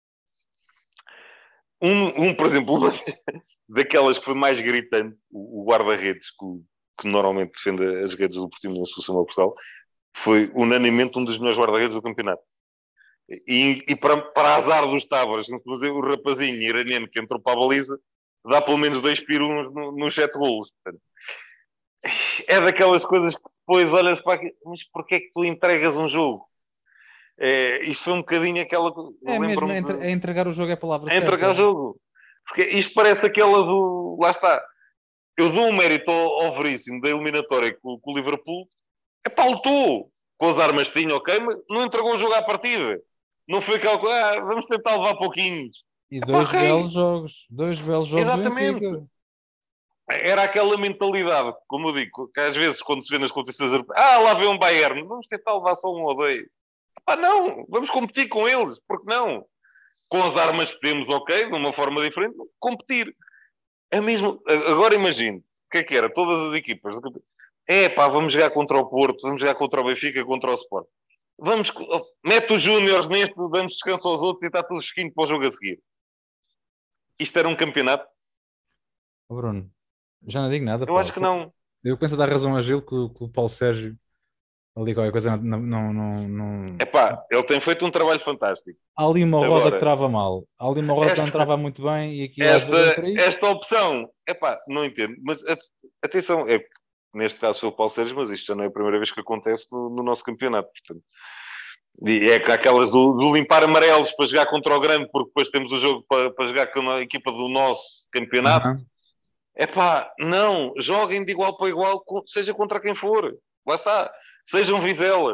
Um, um por exemplo, uma daquelas que foi mais gritante, o, o guarda-redes, que, que normalmente defende as redes do Portimonense, o Samuel Portugal, foi unanimemente um dos melhores guarda-redes do campeonato. E, e para, para azar dos tábuas, o rapazinho iraniano que entrou para a baliza, dá pelo menos dois piruns nos no sete golos. Portanto, é daquelas coisas que depois olhas para aqui, mas porquê é que tu entregas um jogo? É, isto foi um bocadinho aquela. É mesmo, é, Lembro-me entre, de. é entregar o jogo é a palavra É certa. entregar o jogo. Porque isto parece aquela do. Lá está. Eu dou um mérito ao, ao Veríssimo da eliminatória com, com o Liverpool. É pá, lutou com as armas que tinha, ok? Mas não entregou o jogo à partida. Não foi aquela coisa, ah, vamos tentar levar pouquinhos. E Epá, dois ok, belos jogos, dois belos jogos do exatamente. Benfica. Era aquela mentalidade, como eu digo, que às vezes quando se vê nas competições europeias, ah, lá vem um Bayern, vamos tentar levar só um ou dois. Epá, não, vamos competir com eles, porque não? Com as armas que temos, ok, de uma forma diferente, competir. É mesmo, agora imagine, o que é que era? Todas as equipas. É pá, vamos jogar contra o Porto, vamos jogar contra o Benfica, contra o Sport. Vamos, mete os Júniores neste, damos descanso aos outros e está tudo esquinho para o jogo a seguir. Isto era um campeonato? Oh, Bruno, já não digo nada, Eu pá. acho que não. Eu penso a dar razão a Gil que, o que o Paulo Sérgio ali qualquer coisa não, não, não, não- É pá, ele tem feito um trabalho fantástico. Há ali uma roda que Agora, trava mal. Há ali uma roda que não esta, trava muito bem e aquilo às vezes é por esta, aí. esta opção, é pá, não entendo. Mas atenção, é, neste caso foi o Paulo Sérgio, mas isto já não é a primeira vez que acontece no, no nosso campeonato. Portanto, e é aquelas do, do limpar amarelos para jogar contra o grande, porque depois temos o jogo para, para jogar com a equipa do nosso campeonato. Aham. É pá, não, joguem de igual para igual, seja contra quem for. Lá está, sejam Vizela.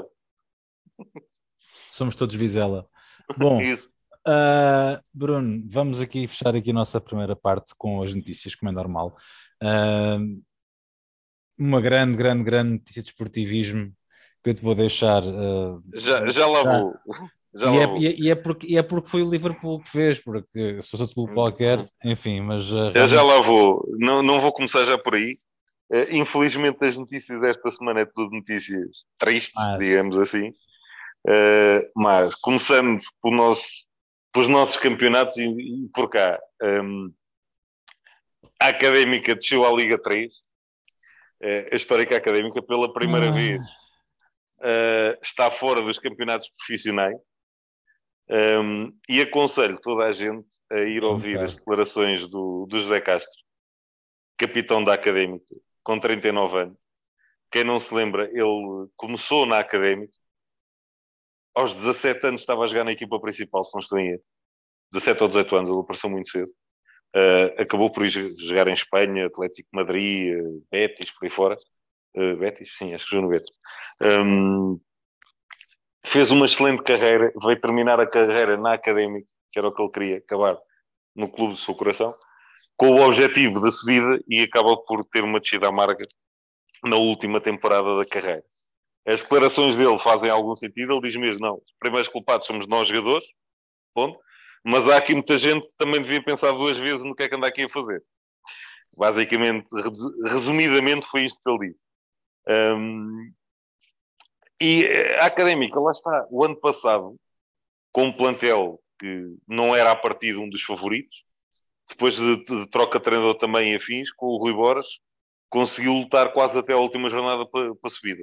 Somos todos Vizela. Bom, Isso. uh, Bruno, vamos aqui fechar aqui a nossa primeira parte com as notícias, como é normal. Uh, uma grande, grande, grande notícia de esportivismo que eu te vou deixar. Uh, Já, já lá já. vou. Já E lá é, vou. e, é, e é porque, e é porque foi o Liverpool que fez, porque se fosse outro clube qualquer, enfim, mas uh, Eu já realmente. lá vou. Não, não vou começar já por aí. Uh, infelizmente, as notícias esta semana é tudo notícias tristes, Mas, digamos assim. Uh, mas, começando por nosso, pelos nossos campeonatos e, e por cá. Um, a Académica desceu à Liga três. Uh, a Histórica Académica, pela primeira vez, ah, uh, está fora dos campeonatos profissionais. Um, e aconselho toda a gente a ir é um ouvir as bocado. declarações do, do José Castro, capitão da Académica, com trinta e nove anos. Quem não se lembra, ele começou na Académica. Aos dezassete anos estava a jogar na equipa principal, se não estou em erro. dezassete ou dezoito anos, ele apareceu muito cedo. Uh, acabou por ir jogar em Espanha, Atlético de Madrid, uh, Betis, por aí fora. Uh, Betis? Sim, acho que jogou no Betis. Um, fez uma excelente carreira, veio terminar a carreira na Académica, que era o que ele queria, acabar no clube do seu coração, com o objetivo da subida e acaba por ter uma descida amarga na última temporada da carreira. As declarações dele fazem algum sentido, ele diz mesmo, não, os primeiros culpados somos nós jogadores, ponto, mas há aqui muita gente que também devia pensar duas vezes no que é que anda aqui a fazer. Basicamente, resumidamente, foi isto que ele disse. Um, e a Académica, lá está, o ano passado, com um plantel que não era a partir um dos favoritos, depois de, de troca de treinador também em afins, com o Rui Borges, conseguiu lutar quase até a última jornada para, para a subida.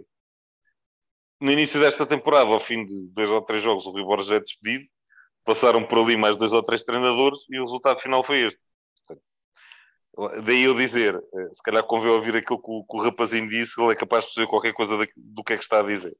No início desta temporada, ao fim de dois ou três jogos, o Rui Borges é despedido, passaram por ali mais dois ou três treinadores e o resultado final foi este. Daí eu dizer, se calhar convém ouvir aquilo que o, que o rapazinho disse, ele é capaz de perceber qualquer coisa do, do que é que está a dizer.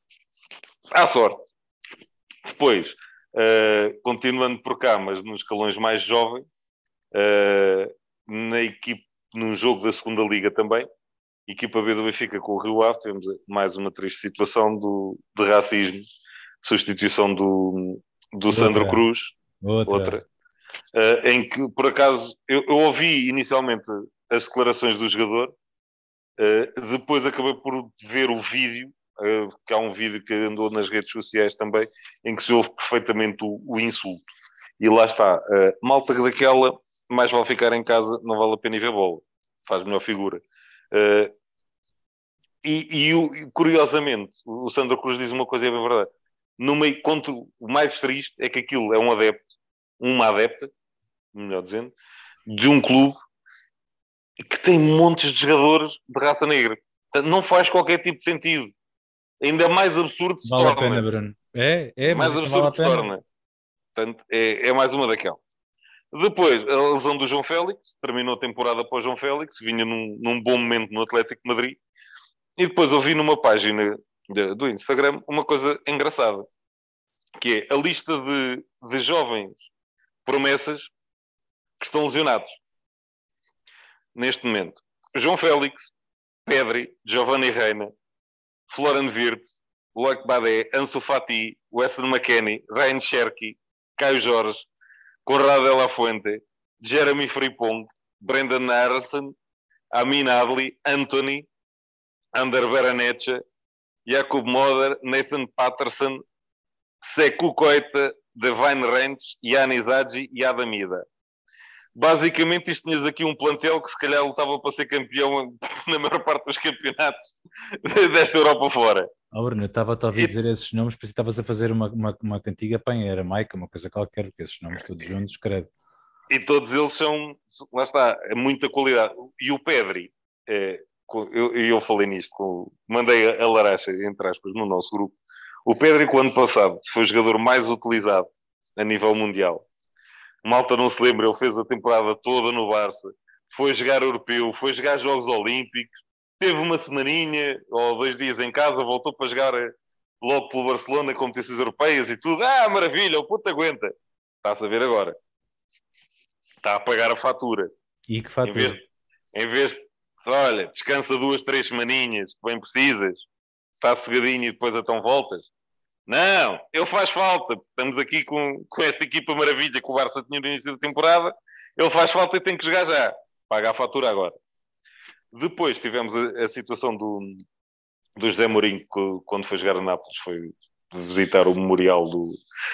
À sorte. Depois, uh, continuando por cá, mas nos escalões mais jovens, uh, na equipe, num jogo da segunda Liga também, equipa B do Benfica com o Rio Ave, tivemos mais uma triste situação do, de racismo, substituição do, do Sandro Cruz, outra, outra uh, em que, por acaso, eu, eu ouvi inicialmente as declarações do jogador, uh, depois acabei por ver o vídeo, uh, que há um vídeo que andou nas redes sociais também, em que se ouve perfeitamente o, o insulto. E lá está, uh, malta daquela, mais vale ficar em casa, não vale a pena ir ver bola. Faz melhor figura. Uh, e, e, curiosamente, o Sandro Cruz diz uma coisa e é bem verdade. No meio, quanto, o mais triste é que aquilo é um adepto, uma adepta, melhor dizendo, de um clube que tem montes de jogadores de raça negra. Não faz qualquer tipo de sentido. Ainda mais absurdo se vale torna. Vale a pena, Bruno. É, é, mas mais isso absurdo vale a pena. Se torna. Portanto, é, é mais uma daquelas. Depois, a lesão do João Félix. Terminou a temporada para o João Félix. Vinha num, num bom momento no Atlético de Madrid. E depois ouvi numa página de, do Instagram uma coisa engraçada. Que é a lista de, de jovens promessas que estão lesionados. Neste momento. João Félix, Pedri, Giovanni Reina, Florian Wirtz, Loic Badé, Ansu Fati, Weston McKennie, Ryan Cherky, Caio Jorge, Conrado de la Fuente, Jeremy Frimpong, Brendan Harrison, Amin Adli, Anthony, Ander Veranetcha, Jakub Moder, Nathan Patterson, Sekou Koita, Devine Ranch, Yanis Hadji e Adamida. Basicamente, isto tinhas aqui um plantel que se calhar lutava para ser campeão na maior parte dos campeonatos desta Europa fora. Oh, Bruno, eu estava-te a ouvir e... dizer esses nomes, porque estavas a fazer uma, uma, uma cantiga panha, era Maica, uma coisa qualquer, porque esses nomes todos juntos, credo. E todos eles são, lá está, é muita qualidade. E o Pedri, é, eu, eu falei nisto, com, mandei a, a laracha, entre aspas, no nosso grupo. O Pedri, que o ano passado foi o jogador mais utilizado a nível mundial. Malta não se lembra, ele fez a temporada toda no Barça, foi jogar europeu, foi jogar Jogos Olímpicos, teve uma semaninha ou dois dias em casa, voltou para jogar logo pelo Barcelona, competições europeias e tudo. Ah, maravilha, o puto aguenta. Está-se a ver agora. Está a pagar a fatura. E que fatura? Em vez, em vez de, olha, descansa duas, três semaninhas, que bem precisas, está sossegadinho e depois então voltas. Não, ele faz falta. Estamos aqui com, com esta equipa maravilha que o Barça tinha no início da temporada. Ele faz falta e tem que jogar já. Paga a fatura agora. Depois tivemos a, a situação do, do José Mourinho, que quando foi jogar a Nápoles foi visitar o memorial do,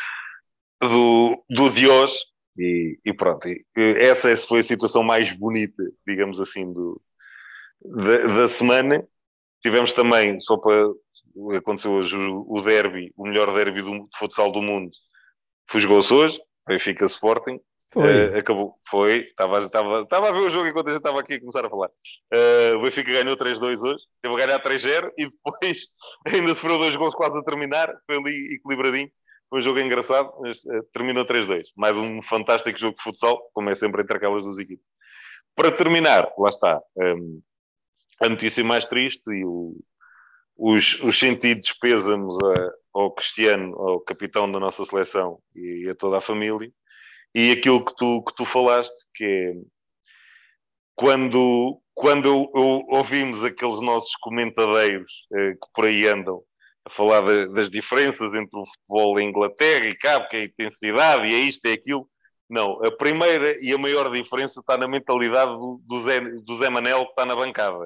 do, do Dios. E, e pronto, e, essa foi a situação mais bonita, digamos assim, do, da, da semana. Tivemos também, só para... aconteceu hoje o derby, o melhor derby do, de futsal do mundo. Jogou-se hoje, Benfica Sporting. Foi. Uh, acabou, foi. Estava, estava, estava a ver o jogo enquanto a gente estava aqui a começar a falar. Uh, o Benfica ganhou três dois hoje, teve a ganhar três zero e depois ainda sofreu dois gols quase a terminar. Foi ali equilibradinho. Foi um jogo engraçado, mas uh, terminou três dois. Mais um fantástico jogo de futsal, como é sempre entre aquelas duas equipes. Para terminar, lá está, um, a notícia mais triste e o, os, os sentidos pêsamos a, ao Cristiano, ao capitão da nossa seleção e a toda a família. E aquilo que tu, que tu falaste, que é quando, quando eu, eu, ouvimos aqueles nossos comentadeiros eh, que por aí andam a falar de, das diferenças entre o futebol em Inglaterra e cá, porque é a intensidade e é isto, é aquilo. Não, a primeira e a maior diferença está na mentalidade do, do, Zé, do Zé Manel que está na bancada.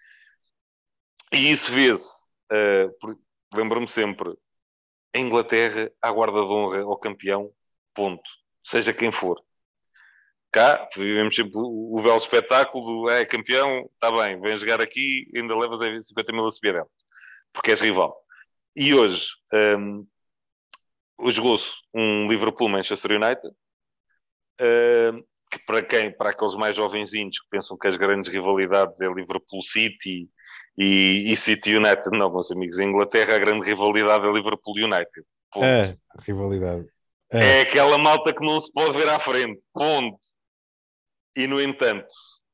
E isso vê-se. Uh, lembro-me sempre, em Inglaterra há guarda de honra ao campeão, ponto. Seja quem for. Cá, vivemos sempre o, o belo espetáculo do é campeão, está bem, vem jogar aqui, ainda levas cinquenta mil a subir dela, porque és rival. E hoje, um, jogou-se um Liverpool-Manchester United, um, que para quem, para aqueles mais jovenzinhos que pensam que as grandes rivalidades é Liverpool-City e, e City United, não, meus amigos, em Inglaterra a grande rivalidade é Liverpool-United. É, rivalidade. É. é aquela malta que não se pode ver à frente. Ponto. E, no entanto,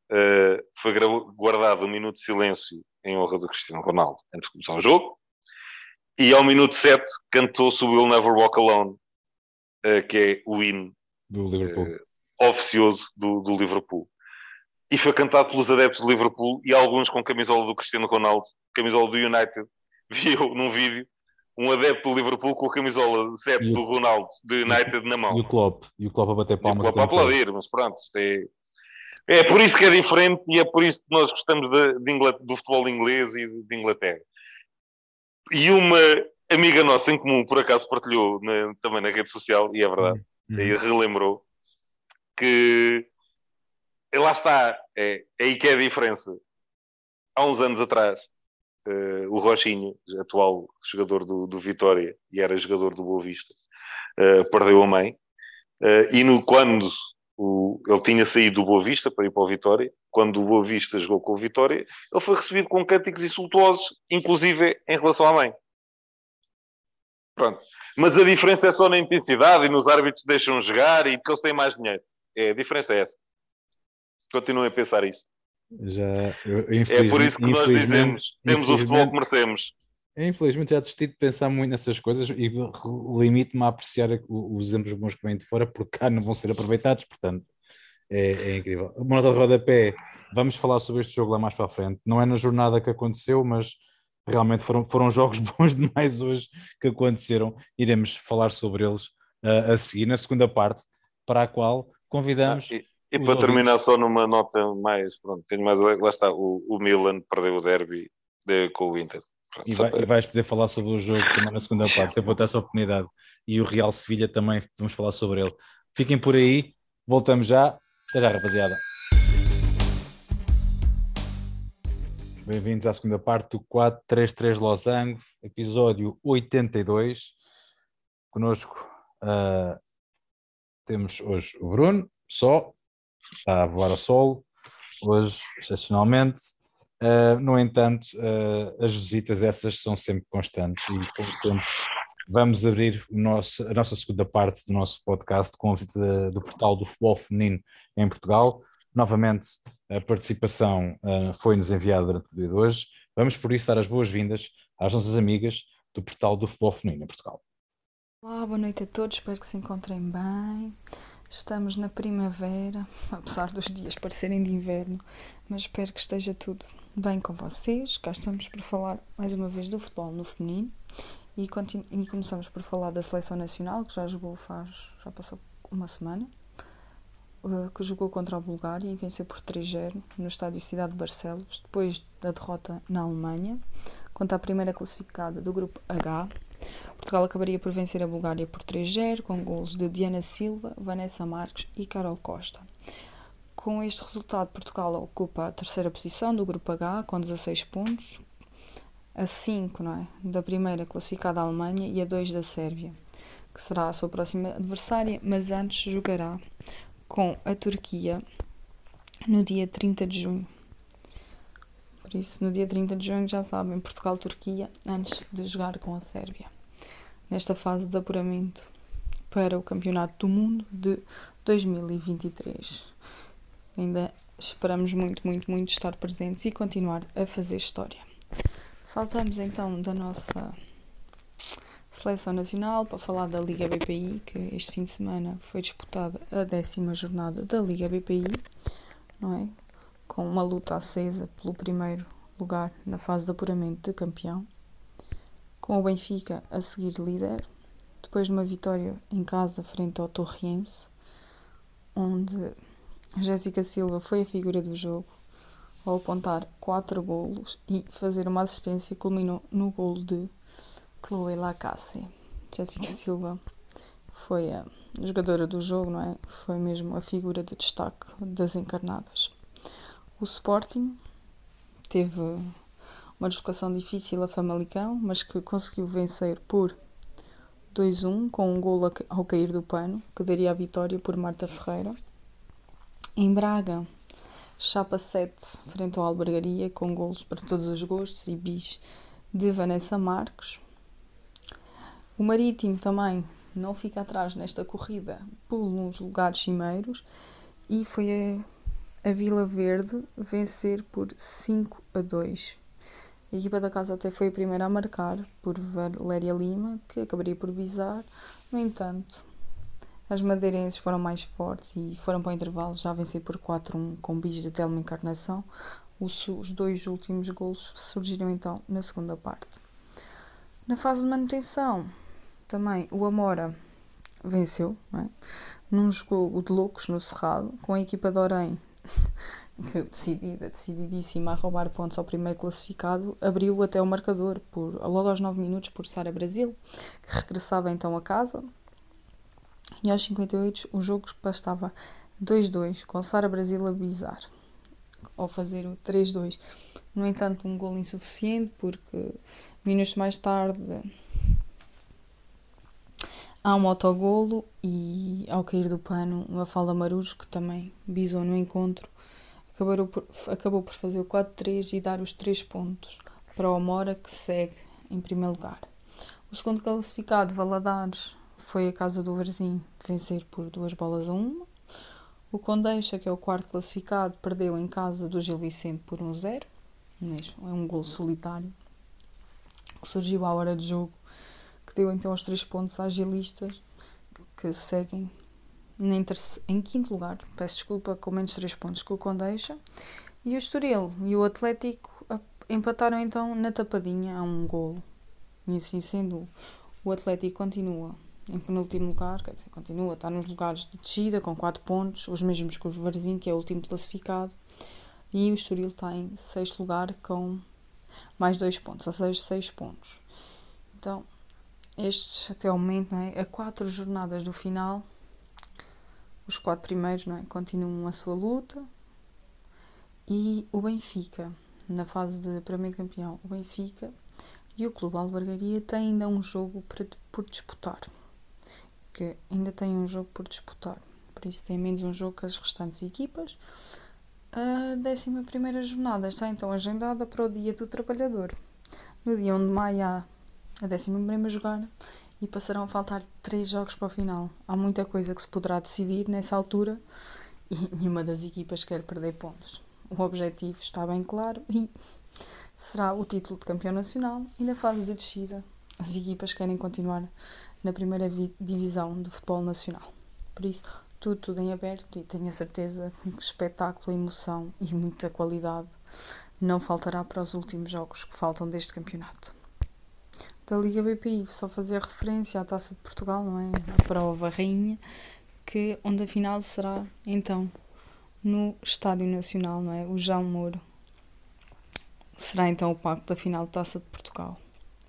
uh, foi guardado um minuto de silêncio em honra do Cristiano Ronaldo antes de começar o jogo. E ao minuto sete cantou-se o Will Never Walk Alone, uh, que é o hino do Liverpool. Uh, oficioso do, do Liverpool. E foi cantado pelos adeptos do Liverpool e alguns com camisola do Cristiano Ronaldo, camisola do United. Viu num vídeo um adepto do Liverpool com a camisola sete do Ronaldo, do United, e, na mão. E o Klopp, e o Klopp a bater palmas. E o Klopp a aplaudir, mas pronto, isto é... É por isso que é diferente e é por isso que nós gostamos de, de Ingl... do futebol inglês e de Inglaterra. E uma amiga nossa em comum, por acaso, partilhou na, também na rede social, e é verdade, uhum. E relembrou que lá está, é, é aí que é a diferença. Há uns anos atrás, uh, o Rochinho, atual jogador do, do Vitória e era jogador do Boa Vista, uh, perdeu a mãe. Uh, e no, quando o, ele tinha saído do Boa Vista para ir para o Vitória, quando o Boa Vista jogou com o Vitória, ele foi recebido com cânticos insultuosos, inclusive em relação à mãe. Pronto. Mas a diferença é só na intensidade e nos árbitros deixam jogar e que eles têm mais dinheiro. É, a diferença é essa. Continuem a pensar isso. Já, eu, é por isso que nós dizemos temos o futebol que merecemos. Eu, infelizmente já desisti de pensar muito nessas coisas e limito-me a apreciar os exemplos bons que vêm de fora porque cá não vão ser aproveitados, portanto é, é incrível. Uma nota de rodapé, vamos falar sobre este jogo lá mais para a frente. Não é na jornada que aconteceu, mas realmente foram, foram jogos bons demais hoje que aconteceram. Iremos falar sobre eles uh, a seguir, na segunda parte, para a qual convidamos... Ah, e, e para terminar ouvintes... só numa nota mais... Pronto, tenho mais... Lá está, o, o Milan perdeu o derby de, com o Inter. Pronto, e, vai, para... e vais poder falar sobre o jogo também na segunda parte. Eu vou ter essa oportunidade. E o Real Sevilha também, vamos falar sobre ele. Fiquem por aí, voltamos já. Até já, rapaziada. Bem-vindos à segunda parte do quatro três três Losango, episódio oitenta e dois. Connosco uh, temos hoje o Bruno, só, está a voar a solo, hoje, excepcionalmente. Uh, no entanto, uh, as visitas essas são sempre constantes e, como sempre, vamos abrir o nosso, a nossa segunda parte do nosso podcast com a visita de, do portal do futebol feminino em Portugal. Novamente, a participação uh, foi-nos enviada durante o dia de hoje. Vamos, por isso, dar as boas-vindas às nossas amigas do portal do futebol feminino em Portugal. Olá, boa noite a todos, espero que se encontrem bem. Estamos na primavera, apesar dos dias parecerem de inverno, mas espero que esteja tudo bem com vocês. Cá estamos para falar mais uma vez do futebol no feminino e, continu- e começamos por falar da seleção nacional, que já jogou faz, já passou uma semana, uh, que jogou contra a Bulgária e venceu por três zero no estádio Cidade de Barcelos, depois da derrota na Alemanha, contra a primeira classificada do grupo H. Portugal acabaria por vencer a Bulgária por três zero, com golos de Diana Silva, Vanessa Marques e Carol Costa. Com este resultado, Portugal ocupa a terceira posição do grupo H, com dezasseis pontos, a cinco, não é, da primeira classificada Alemanha e a dois da Sérvia, que será a sua próxima adversária, mas antes jogará com a Turquia no dia trinta de junho. Por isso, no dia trinta de junho, já sabem, Portugal-Turquia, antes de jogar com a Sérvia, nesta fase de apuramento para o Campeonato do Mundo de dois mil e vinte e três. Ainda esperamos muito, muito, muito estar presentes e continuar a fazer história. Saltamos então da nossa seleção nacional para falar da Liga B P I, que este fim de semana foi disputada a décima jornada da Liga B P I, não é? Com uma luta acesa pelo primeiro lugar na fase de apuramento de campeão, com o Benfica a seguir líder, depois de uma vitória em casa frente ao Torriense, onde Jéssica Silva foi a figura do jogo, ao apontar quatro golos e fazer uma assistência, culminou no golo de Chloé Lacasse. Jéssica Silva foi a jogadora do jogo, não é? Foi mesmo a figura de destaque das encarnadas. O Sporting teve uma deslocação difícil a Famalicão, mas que conseguiu vencer por dois a um, com um golo ao cair do pano, que daria a vitória por Marta Ferreira. Em Braga, Chapa sete, frente ao Albergaria, com golos para todos os gostos e bis de Vanessa Marques. O Marítimo também não fica atrás nesta corrida pelos lugares cimeiros e foi a a Vila Verde vencer por cinco a dois. A equipa da casa até foi a primeira a marcar por Valéria Lima, que acabaria por visar. No entanto, as madeirenses foram mais fortes e foram para o intervalo já a vencer por quatro a um com bis de Telma Encarnação. Os, os dois últimos golos surgiram então na segunda parte. Na fase de manutenção, também o Amora venceu, não é? Num jogo de loucos no Cerrado, com a equipa de Orém, que decidida, decididíssima a roubar pontos ao primeiro classificado, abriu até o marcador, por, logo aos nove minutos, por Sara Brasil, que regressava então a casa. E aos cinquenta e oito o jogo estava dois a dois, com Sara Brasil a bizar, ao fazer o três a dois. No entanto, um golo insuficiente, porque minutos mais tarde há um autogolo e, ao cair do pano, uma Mafalda Marujo, que também bisou no encontro, acabou por, acabou por fazer o quatro a três e dar os três pontos para o Amora, que segue em primeiro lugar. O segundo classificado, Valadares, foi a casa do Varzim vencer por duas bolas a uma. O Condeixa, que é o quarto classificado, perdeu em casa do Gil Vicente por um a zero. É um golo solitário que surgiu à hora de jogo, que deu então os três pontos às gilistas, que seguem em, terce... em quinto lugar, peço desculpa, com menos três pontos que o Condeixa. E o Estoril e o Atlético empataram então na tapadinha a um golo. E assim sendo, o Atlético continua em penúltimo lugar, quer dizer, continua, está nos lugares de descida com quatro pontos, os mesmos que o Varzim, que é o último classificado, e o Estoril está em sexto lugar com mais dois pontos, ou seja, seis pontos. Então, estes até ao momento, não é, a quatro jornadas do final, os quatro primeiros, não é, continuam a sua luta, e o Benfica, na fase de primeiro campeão, o Benfica e o Clube Albergaria têm ainda um jogo para, por disputar, que ainda têm um jogo por disputar, por isso tem menos um jogo que as restantes equipas. A décima primeira jornada está então agendada para o Dia do Trabalhador. No dia um de maio há a décima primeira jogada e passarão a faltar três jogos para o final. Há muita coisa que se poderá decidir nessa altura e nenhuma das equipas quer perder pontos. O objetivo está bem claro e será o título de campeão nacional, e na fase de descida as equipas querem continuar na primeira divisão do futebol nacional. Por isso, tudo, tudo em aberto, e tenho a certeza que espetáculo, emoção e muita qualidade não faltará para os últimos jogos que faltam deste campeonato. Da Liga B P I, só fazer referência à Taça de Portugal, não é? A prova rainha, que onde a final será então no Estádio Nacional, não é? O João Mouro. Será então o palco da final da Taça de Portugal.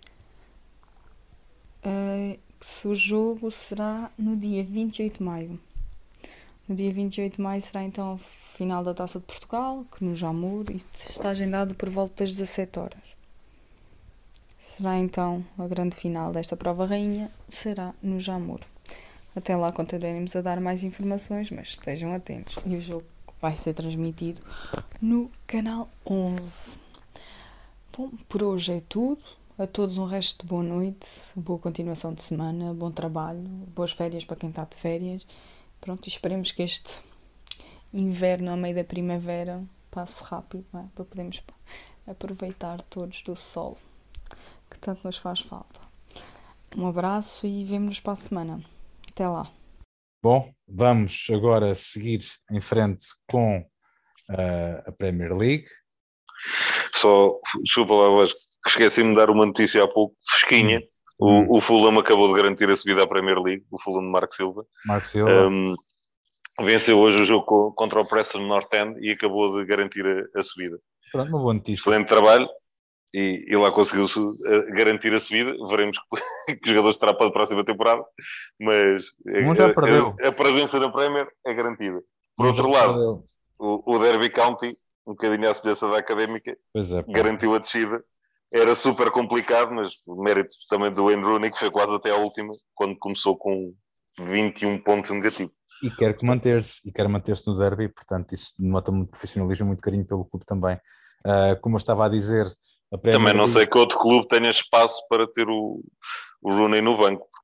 Uh, se o jogo será no dia vinte e oito de maio. No dia vinte e oito de maio será então a final da Taça de Portugal, que no Jamor, e está agendado por volta das dezassete horas. Será então a grande final desta prova rainha, será no Jamor. Até lá continuaremos a dar mais informações, mas estejam atentos. E o jogo vai ser transmitido no canal onze. Bom, por hoje é tudo. A todos um resto de boa noite, boa continuação de semana, bom trabalho, boas férias para quem está de férias. Pronto, e esperemos que este inverno, a meio da primavera, passe rápido, não é? Para podermos aproveitar todos do sol, que tanto nos faz falta. Um abraço e vemo-nos para a semana. Até lá. Bom, vamos agora seguir em frente com uh, a Premier League. Só, desculpa lá, hoje esqueci-me de dar uma notícia há pouco, fresquinha. Hum. O, o Fulham acabou de garantir a subida à Premier League, o Fulham de Marco Silva. Marco Silva. Um, venceu hoje o jogo contra o Preston North End e acabou de garantir a, a subida. Pronto, uma boa notícia. Excelente trabalho. E, e lá conseguiu garantir a subida. Veremos que, que os jogadores terá para a próxima temporada. Mas um já perdeu. A, a presença da Premier é garantida. Por um outro lado, o, o Derby County, um bocadinho à semelhança da Académica, é, garantiu a descida. Era super complicado, mas o mérito também do Wayne Rooney, que foi quase até à última, quando começou com vinte e um pontos negativos. E quer que manter-se, e quer manter-se no derby, portanto isso denota muito profissionalismo, muito carinho pelo clube também. Uh, como eu estava a dizer... A também não sei que outro clube tenha espaço para ter o, o Rooney no banco,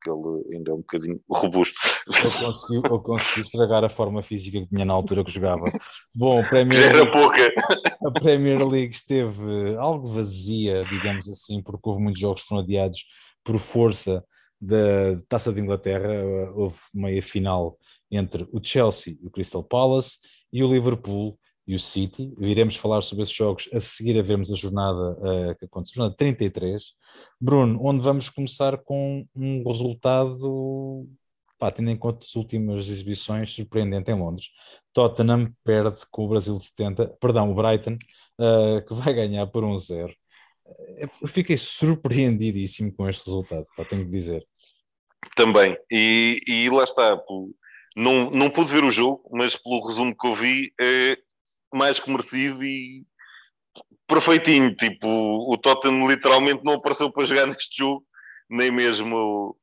porque ele ainda é um bocadinho robusto. Ele conseguiu, ele conseguiu estragar a forma física que tinha na altura que jogava. Bom, a Premier Já era League, pouca. a Premier League esteve algo vazia, digamos assim, porque houve muitos jogos que foram adiados por força da Taça de Inglaterra. Houve meia final entre o Chelsea e o Crystal Palace e o Liverpool e o City. Iremos falar sobre esses jogos a seguir a vermos a jornada uh, que aconteceu, jornada trinta e três. Bruno, onde vamos começar com um resultado, pá, tendo em conta as últimas exibições, surpreendente em Londres. Tottenham perde com o Brasil de setenta, perdão, o Brighton, uh, que vai ganhar por um zero. Eu fiquei surpreendidíssimo com este resultado, pá, tenho que dizer. Também, e, e lá está, não, não pude ver o jogo, mas pelo resumo que eu vi, é mais que merecido e perfeitinho. Tipo, o Tottenham literalmente não apareceu para jogar neste jogo, nem mesmo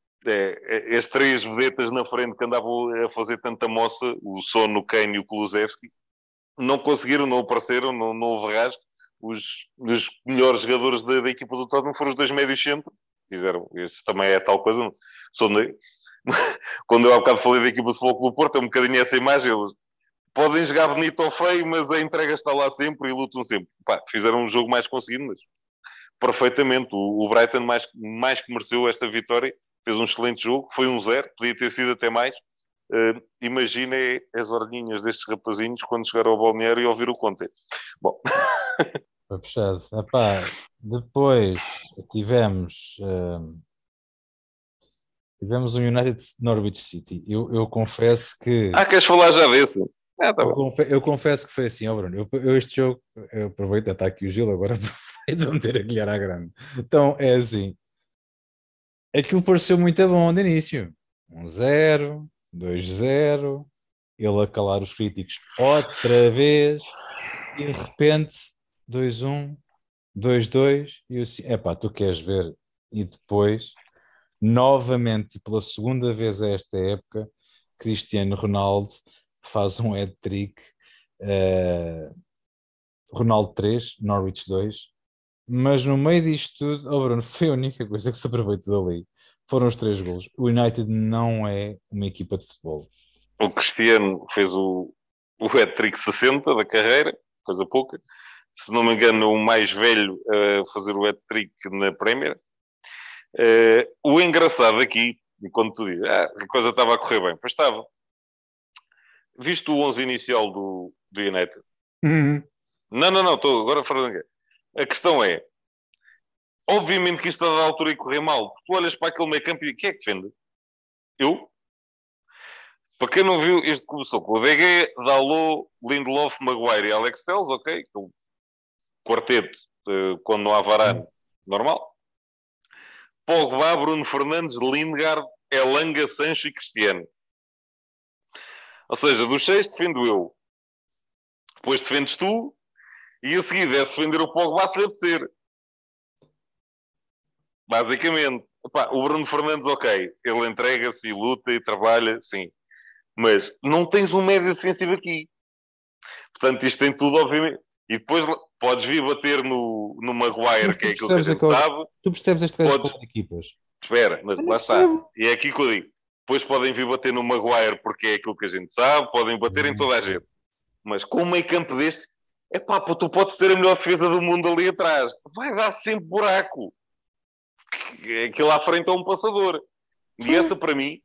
é, as três vedetas na frente que andavam a fazer tanta moça, o Son, o Kane e o Kulusevski, não conseguiram, não apareceram, não, não houve rasgo. Os, os melhores jogadores da, da equipa do Tottenham foram os dois médios centro, fizeram, este também é tal coisa, são de... quando eu há bocado falei da equipa de Futebol Clube Porto, é um bocadinho essa imagem, eles podem jogar bonito ou feio, mas a entrega está lá sempre e lutam sempre. Pá, fizeram um jogo mais conseguido, mas perfeitamente. O, o Brighton mais, mais que mereceu esta vitória, fez um excelente jogo, foi um zero, podia ter sido até mais. Uh, Imaginem as orninhas destes rapazinhos quando chegaram ao balneário e ouvir o Conte. Bom. Foi puxado. Epá, depois tivemos... Uh... Tivemos um United Norwich City. Eu, eu confesso que... Ah, queres falar já desse? Ah, tá eu, confe- eu confesso que foi assim, ó Bruno. Eu, eu este jogo, eu aproveito, está aqui o Gil, agora aproveito de meter a colher à grande. Então, é assim. Aquilo pareceu muito bom de início. um zero, dois zero, ele a calar os críticos outra vez, e de repente, dois um, dois dois, e eu assim, epá, tu queres ver? E depois... Novamente, e pela segunda vez a esta época, Cristiano Ronaldo faz um hat-trick. Uh, Ronaldo três, Norwich dois. Mas no meio disto tudo, oh Bruno, foi a única coisa que se aproveitou dali. Foram os três golos. O United não é uma equipa de futebol. O Cristiano fez o, o hat-trick sessenta da carreira, coisa pouca. Se não me engano, o mais velho a fazer o hat-trick na Premier. Uh, o engraçado aqui, quando tu dizes, ah, a coisa estava a correr bem, pois estava. Viste o onze inicial do, do United? Uhum. Não, não, não, estou agora falando. A questão é, obviamente que isto está da altura e correr mal. Tu olhas para aquele meio campo e quem é que defende? Eu? Para quem não viu, isto começou com o D G, Dalot, Lindelof, Maguire e Alex Telles, ok? O quarteto, uh, quando não há Varane, normal. Pogba, Bruno Fernandes, Lingard, Elanga, Sancho e Cristiano. Ou seja, dos seis defendo eu. Depois defendes tu e a seguir deve defender o Pogba se lhe apetecer. Basicamente. Epá, o Bruno Fernandes, ok. Ele entrega-se e luta e trabalha, sim. Mas não tens um médio defensivo aqui. Portanto, isto tem tudo, obviamente. E depois podes vir bater no, no Maguire, que é aquilo que a gente aquele... sabe. Tu percebes este gajo Podes... de equipas? Espera, mas lá está. E é aqui que eu digo. Depois podem vir bater no Maguire porque é aquilo que a gente sabe. Podem bater em toda a gente. Mas com um meio campo deste, é pá, tu podes ter a melhor defesa do mundo ali atrás. Vai dar sempre buraco. Aquilo à frente é um passador. E essa para mim,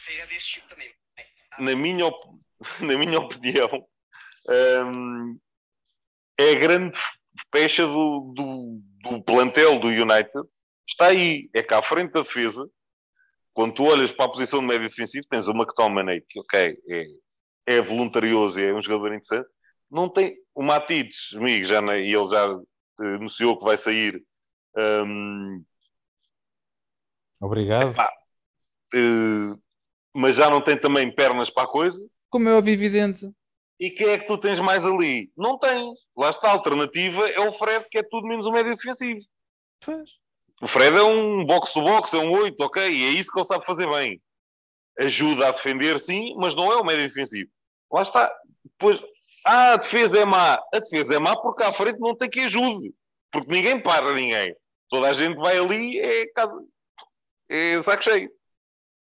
na minha, op... na minha opinião, hum, é a grande pecha do, do, do plantel do United. Está aí, é que à frente da defesa, quando tu olhas para a posição de médio defensivo, tens o McTominay, que ok, é, é voluntarioso e é um jogador interessante. Não tem o Matites, amigo, já, e ele já anunciou que vai sair. Hum, Obrigado. Epá, uh, mas já não tem também pernas para a coisa. Como é óbvio, evidente. E quem é que tu tens mais ali? Não tens. Lá está, a alternativa é o Fred, que é tudo menos um médio defensivo. Pois. O Fred é um box-to-box, é um oito, ok? E é isso que ele sabe fazer bem. Ajuda a defender, sim, mas não é o médio defensivo. Lá está. Depois, ah, a defesa é má. A defesa é má porque à frente não tem que ajude. Porque ninguém para ninguém. Toda a gente vai ali, é, casa... é saco cheio.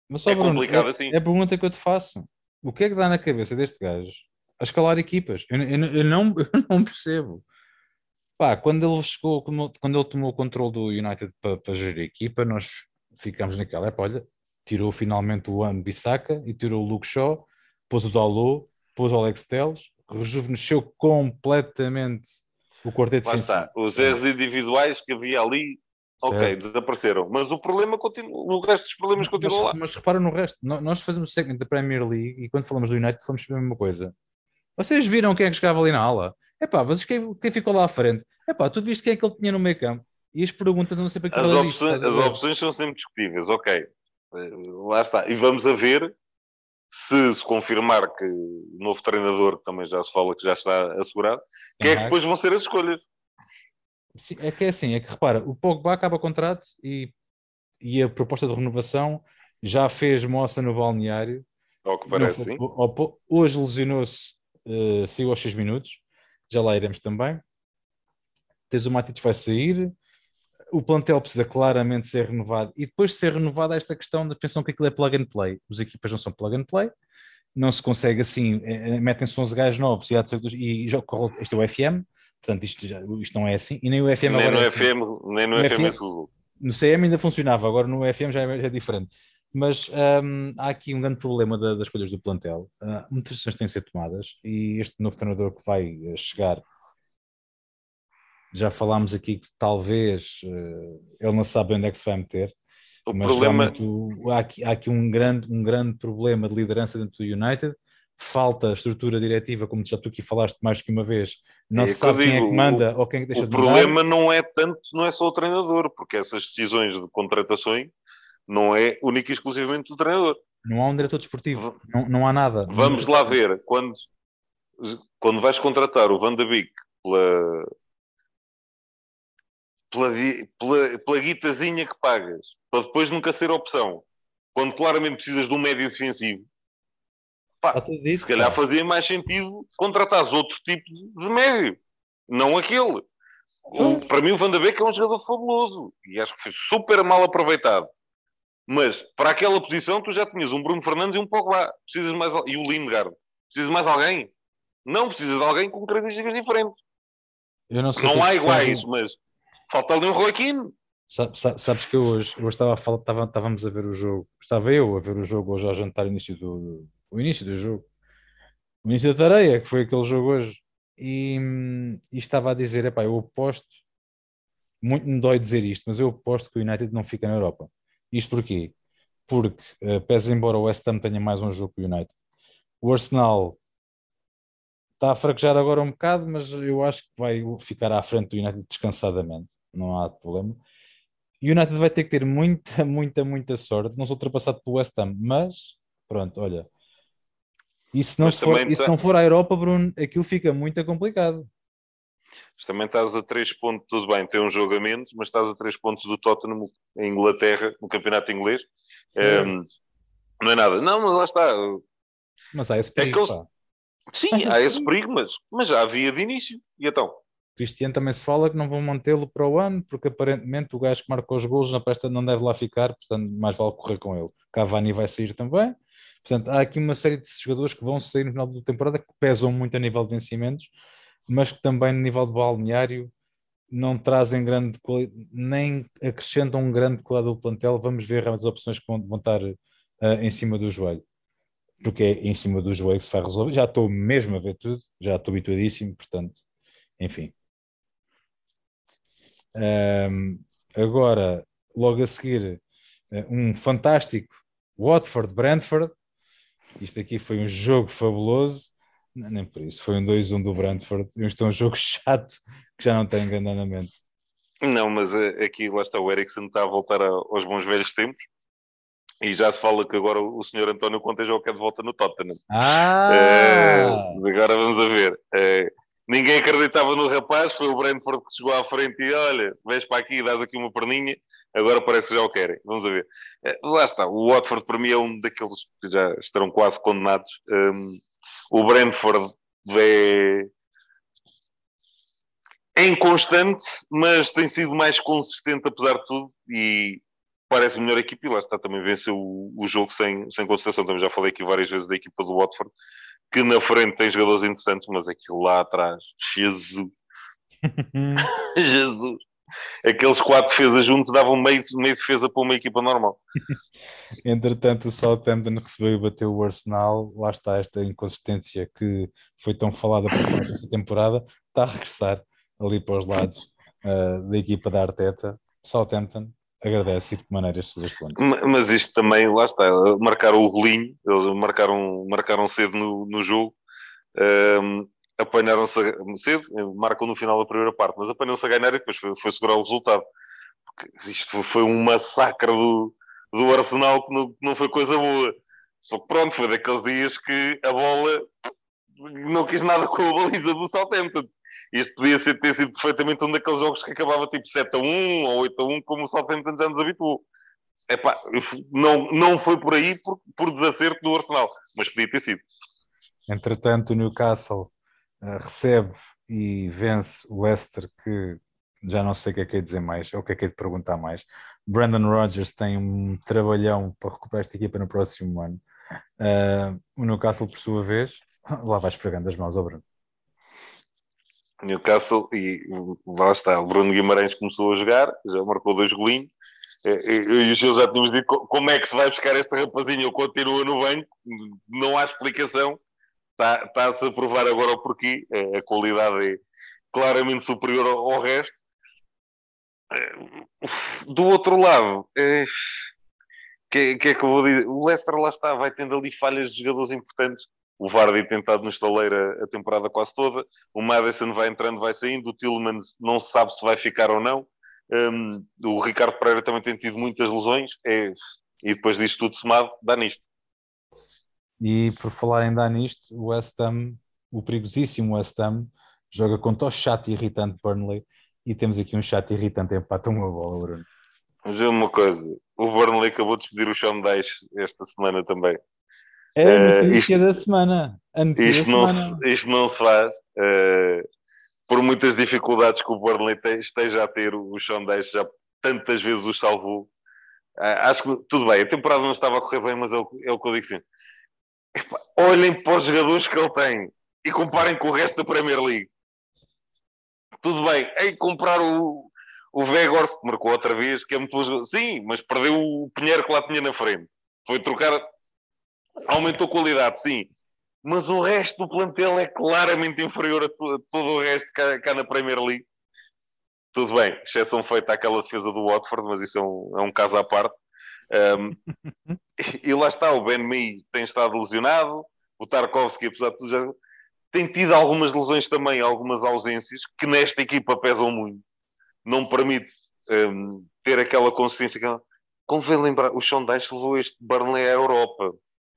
Mas só, É Bruno, complicado é, assim. é a pergunta que eu te faço. O que é que dá na cabeça deste gajo a escalar equipas? Eu, eu- eu não, eu não percebo. Pá, quando ele chegou, quando quando ele tomou o controle do United para, para gerir a equipa, nós ficamos naquela, "Epá, olha, tirou finalmente o Wan-Bissaka e tirou o Luke Shaw, pôs o Dalot, pôs o Alex Telles, rejuvenesceu completamente o quarteto Lá defensivo. está. Os Pronto, erros individuais que havia ali, ok, certo. desapareceram. Mas o problema continua, o resto dos problemas Mas, continuam lá. mas repara no resto, No- nós fazemos o segmento da Premier League e quando falamos do United falamos sempre a mesma coisa. Vocês viram quem é que jogava ali na ala? Epá, vocês quem, quem ficou lá à frente? Epá, tu viste quem é que ele tinha no meio campo? E as perguntas andam sempre aqui As para disto, opções, estás a as ver? opções são sempre discutíveis, ok. Eh, Lá está. E vamos a ver se se confirmar que o novo treinador, que também já se fala que já está assegurado, Ten quem é que Hag. depois vão ser as escolhas? Sim, é que é assim, é que repara, o Pogba acaba o contrato e, e a proposta de renovação já fez moça no balneário. Ao que Não parece, foi, sim. ao- ao- hoje lesionou-se, eh, saiu aos seis minutos, já lá iremos também. Tens o Matic vai sair, o plantel precisa claramente ser renovado e depois de ser renovado há esta questão da pensão que aquilo é plug and play. As equipas não são plug and play, não se consegue assim, eh, eh, metem-se onze gajos novos e, há de ser- e já corre- isto é o F M, portanto isto, já- isto não é assim, e nem o F M Nem agora no é assim. F M, nem no O F M F M, esse usou. no C M ainda funcionava, agora no F M já é, já é diferente. Mas hum, há aqui um grande problema da- das escolhas do plantel. Uh, muitas decisões têm de ser tomadas e este novo treinador que vai eh, chegar, já falámos aqui que talvez eh, ele não sabe onde é que se vai meter, O mas problema, realmente o- há aqui, há aqui um grande, um grande problema de liderança dentro do United. Falta estrutura diretiva, como já tu aqui falaste mais que uma vez, não é se o que eu sabe quem é digo, que o, manda ou quem é que deixa o de mandar. problema não é tanto, não é só o treinador, porque essas decisões de contratações não é única e exclusivamente do treinador. Não há um diretor desportivo, não, não há nada. Não Vamos lá ver, quando, quando vais contratar o Van de Beek pela, pela, pela, pela guitazinha que pagas, para depois nunca ser opção, quando claramente precisas de um médio defensivo, está pá, tudo se dito, calhar pá. fazia mais sentido contratares outro tipo de médio, não aquele. O, Pois. para mim, o Van de Beek é um jogador fabuloso e acho que foi super mal aproveitado. Mas para aquela posição, tu já tinhas um Bruno Fernandes e um Pogba. Precisas mais, e o Lingard. Precisas de mais alguém? Não, precisas de alguém com características diferentes. Eu não sei o que é Não que há se perde. iguais, mas falta ali um Joaquim. Sa- sa- Sabes que eu hoje, hoje estava a falar, estava, estávamos a ver o jogo, estava eu a ver o jogo hoje ao jantar, início do, o início do jogo, o início da tareia, que foi aquele jogo hoje, e, hum, e estava a dizer, epá, eu aposto, muito me dói dizer isto, mas eu aposto que o United não fica na Europa. Isto porquê? Porque, uh, pese embora o West Ham tenha mais um jogo que o United, o Arsenal está a fraquejar agora um bocado, mas eu acho que vai ficar à frente do United descansadamente, não há problema. O United vai ter que ter muita, muita, muita sorte, não ser ultrapassado pelo West Ham, mas pronto, olha. E se não, Mas se for, também, e se tá, não for à Europa, Bruno, aquilo fica muito complicado. mas também estás a três pontos, tudo bem, tem um jogo a menos, mas estás a três pontos do Tottenham em Inglaterra, no campeonato inglês. Um, Certo. não é nada. Não, mas lá está. Mas há esse É que perigo, eles, pá. Há sim, há esse esse perigo. perigo, mas, mas já havia de início. E então? Cristiano também se fala que não vão mantê-lo para o ano, porque aparentemente o gajo que marcou os golos na pesta não deve lá ficar, portanto, mais vale correr com ele. Cavani vai sair também. Portanto, há aqui uma série de jogadores que vão sair no final da temporada que pesam muito a nível de vencimentos, mas que também no nível de balneário não trazem grande qualidade, nem acrescentam um grande qualidade do plantel. Vamos ver as opções que vão, vão estar uh, em cima do joelho, porque é em cima do joelho que se vai resolver. Já estou mesmo a ver tudo, já estou habituadíssimo, portanto, enfim. Um, agora, logo a seguir, uh, um fantástico Watford-Brentford. Isto aqui foi um jogo fabuloso. Não, nem por isso, foi um dois um do Brentford. Isto é um jogo chato que já não tem grande andamento. Não, mas uh, aqui lá está o Eriksen está a voltar a, aos bons velhos tempos. E já se fala que agora o senhor António Conte já o quer de volta no Tottenham. Ah! Uh, agora vamos a ver. Uh, ninguém acreditava no rapaz, foi o Brentford que chegou à frente e olha, vês para aqui e dás aqui uma perninha, agora parece que já o querem. Vamos a ver. Uh, lá está, o Watford para mim é um daqueles que já estarão quase condenados. Um, o Brentford é, é inconstante, mas tem sido mais consistente apesar de tudo e parece a melhor equipa e lá está, também venceu o, o jogo sem, sem contestação. Também já falei aqui várias vezes da equipa do Watford, que na frente tem jogadores interessantes, mas aquilo lá atrás, Jesus, Jesus, aqueles quatro defesas juntos davam meio, meio defesa para uma equipa normal. Entretanto, o Southampton recebeu e bateu o Arsenal. Lá está esta inconsistência que foi tão falada por nós esta temporada, está a regressar ali para os lados uh, da equipa da Arteta. Southampton agradece e de que maneira estes dois pontos. Mas isto também, lá está, marcaram o golinho, eles marcaram, marcaram cedo no, no jogo, um, apanharam-se cedo, marcam no final da primeira parte, mas apanham-se a ganhar e depois foi, foi segurar o resultado. Porque isto foi um massacre do, do Arsenal que não, não foi coisa boa. Só que pronto, foi daqueles dias que a bola não quis nada com a baliza do Southampton. Este podia ser, ter sido perfeitamente um daqueles jogos que acabava tipo sete a um ou oito a um, como o Southampton já nos habituou. Epá, não, não foi por aí por, por desacerto do Arsenal, mas podia ter sido. Entretanto, o Newcastle uh, recebe e vence o Leicester, que já não sei o que é que é dizer mais, ou o que é que é de perguntar mais. Brendan Rodgers tem um trabalhão para recuperar esta equipa no próximo ano. Uh, o Newcastle, por sua vez, lá vai esfregando as mãos ao Bruno. Newcastle, e lá está, o Bruno Guimarães começou a jogar, já marcou dois golinhos. Eu e o Gil já tínhamos dito como é que se vai buscar esta rapazinha. Eu continuo no banco, não há explicação. Está, está-se a provar agora o porquê. A qualidade é claramente superior ao, ao resto. Do outro lado, é... que, que é que eu vou dizer? O Leicester lá está, vai tendo ali falhas de jogadores importantes. O Vardy tentado no estaleiro a temporada quase toda. O Maddison vai entrando, vai saindo. O Tielemans não se sabe se vai ficar ou não. Um, o Ricardo Pereira também tem tido muitas lesões. É... E depois disto tudo somado, dá nisto. E por falar em dar nisto, o West Ham, o perigosíssimo West Ham, joga contra o chato e irritante Burnley. E temos aqui um chato e irritante empata uma bola, Bruno. Vamos ver uma coisa. O Burnley acabou de despedir o Sean Dyche esta semana também. É a notícia uh, isto, da semana. A notícia isto, da não semana. Se, isto não se faz. Uh, por muitas dificuldades que o Burnley te, esteja a ter, o Sean Dyche já tantas vezes os salvou. Uh, acho que tudo bem. A temporada não estava a correr bem, mas é o, é o que eu digo sempre. Epa, olhem para os jogadores que ele tem e comparem com o resto da Premier League. Tudo bem. Ei, comprar o, o Weghorst, que marcou outra vez, que é muito... Sim, mas perdeu o Pinheiro que lá tinha na frente. Foi trocar... Aumentou a qualidade, sim. Mas o resto do plantel é claramente inferior a, to- a todo o resto cá, cá na Premier League. Tudo bem, exceção feita àquela defesa do Watford, mas isso é um, é um caso à parte. Um, e, e lá está, o Ben Mee tem estado lesionado, o Tarkovsky, apesar de tudo, já tem tido algumas lesões também, algumas ausências, que nesta equipa pesam muito. Não permite um, ter aquela consciência. Que... Convém lembrar, o Sean Dyche levou este Burnley à Europa.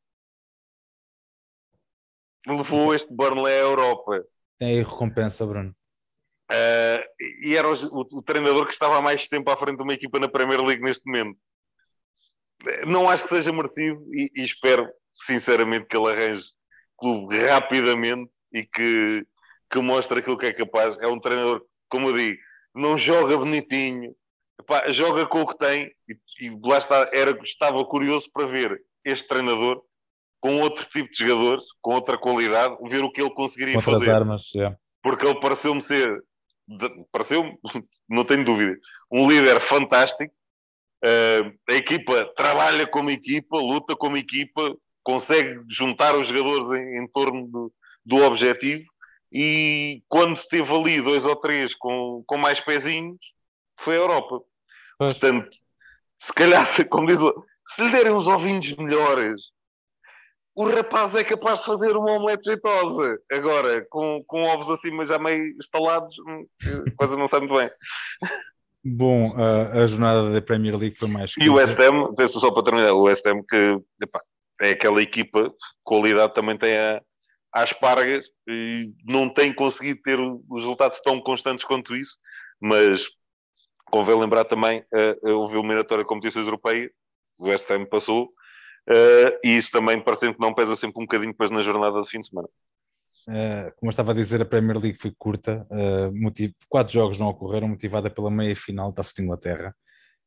Levou este Burnley à Europa. Tem aí recompensa, Bruno. Uh, e era o, o, o treinador que estava há mais tempo à frente de uma equipa na Premier League neste momento. Não acho que seja merecido e, e espero sinceramente que ele arranje clube rapidamente e que, que mostre aquilo que é capaz. É um treinador, como eu digo, não joga bonitinho, epá, joga com o que tem e, e lá está, era, estava curioso para ver este treinador com outro tipo de jogadores, com outra qualidade, ver o que ele conseguiria com fazer. Armas, yeah. Porque ele pareceu-me ser, pareceu-me, não tenho dúvida, um líder fantástico. Uh, a equipa trabalha como equipa, luta como equipa, consegue juntar os jogadores em, em torno do, do objetivo e quando esteve ali dois ou três com, com mais pezinhos, foi a Europa. Pois. Portanto, se calhar, como diz, se lhe derem uns ovinhos melhores, o rapaz é capaz de fazer uma omelete jeitosa. Agora, com, com ovos acima já meio estalados, a coisa não sai muito bem. Bom, a, a jornada da Premier League foi mais... E o West Ham, penso só para terminar, o West Ham que epá, é aquela equipa, qualidade também tem a, às pargas e não tem conseguido ter os resultados tão constantes quanto isso, mas convém lembrar também, uh, houve uma eliminatória de competições europeias, o West Ham passou, uh, e isso também parecendo que não pesa sempre um bocadinho depois na jornada de fim de semana. Uh, como eu estava a dizer, a Premier League foi curta, uh, motiv... quatro jogos não ocorreram, motivada pela meia-final da Taça de Inglaterra,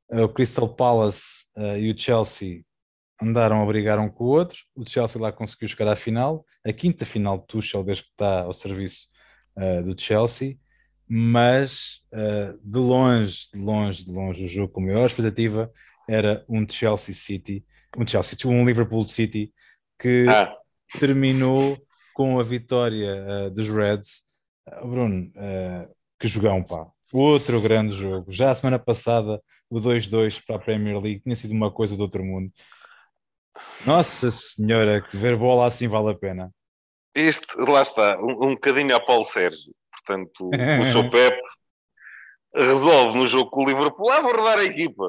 o Crystal Palace uh, e o Chelsea andaram a brigar um com o outro. O Chelsea lá conseguiu chegar à final, a quinta final de Tuchel desde que está ao serviço uh, do Chelsea, mas uh, de longe, de longe, de longe o jogo com maior expectativa era um Chelsea City, um Chelsea, um Liverpool City que Ah, terminou com a vitória uh, dos Reds. Uh, Bruno, uh, que jogão, pá. Outro grande jogo. Já a semana passada o dois dois para a Premier League tinha sido uma coisa do outro mundo. Nossa senhora, que ver bola assim vale a pena. isto, lá está, um, um bocadinho a Paulo Sérgio. Portanto, o, o seu Pep resolve no jogo com o Liverpool abordar a equipa.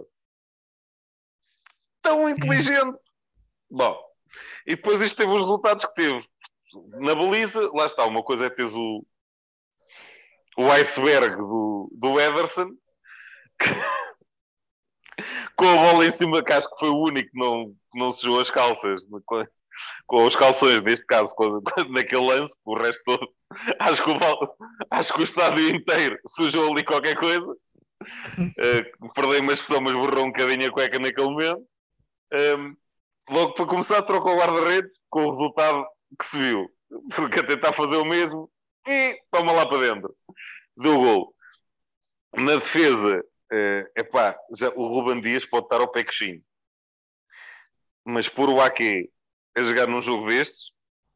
Tão inteligente. Bom, e depois isto teve os resultados que teve. Na baliza, lá está, uma coisa é teres o, o iceberg do, do Ederson, com a bola em cima, que acho que foi o único que não, que não sujou as calças, com, com os calções, neste caso, com, com, naquele lance, o resto todo, acho que o, acho que o estádio inteiro sujou ali qualquer coisa. Uh, perdei uma expressão, mas borrou um bocadinho a cueca naquele momento. Um, logo para começar, trocou o guarda-redes com o resultado que se viu, porque a tentar fazer o mesmo e toma lá para dentro. Deu o gol. Na defesa, é uh, pá, já, o Ruben Dias pode estar ao pé coxinho, mas pôr o Ake a jogar num jogo destes,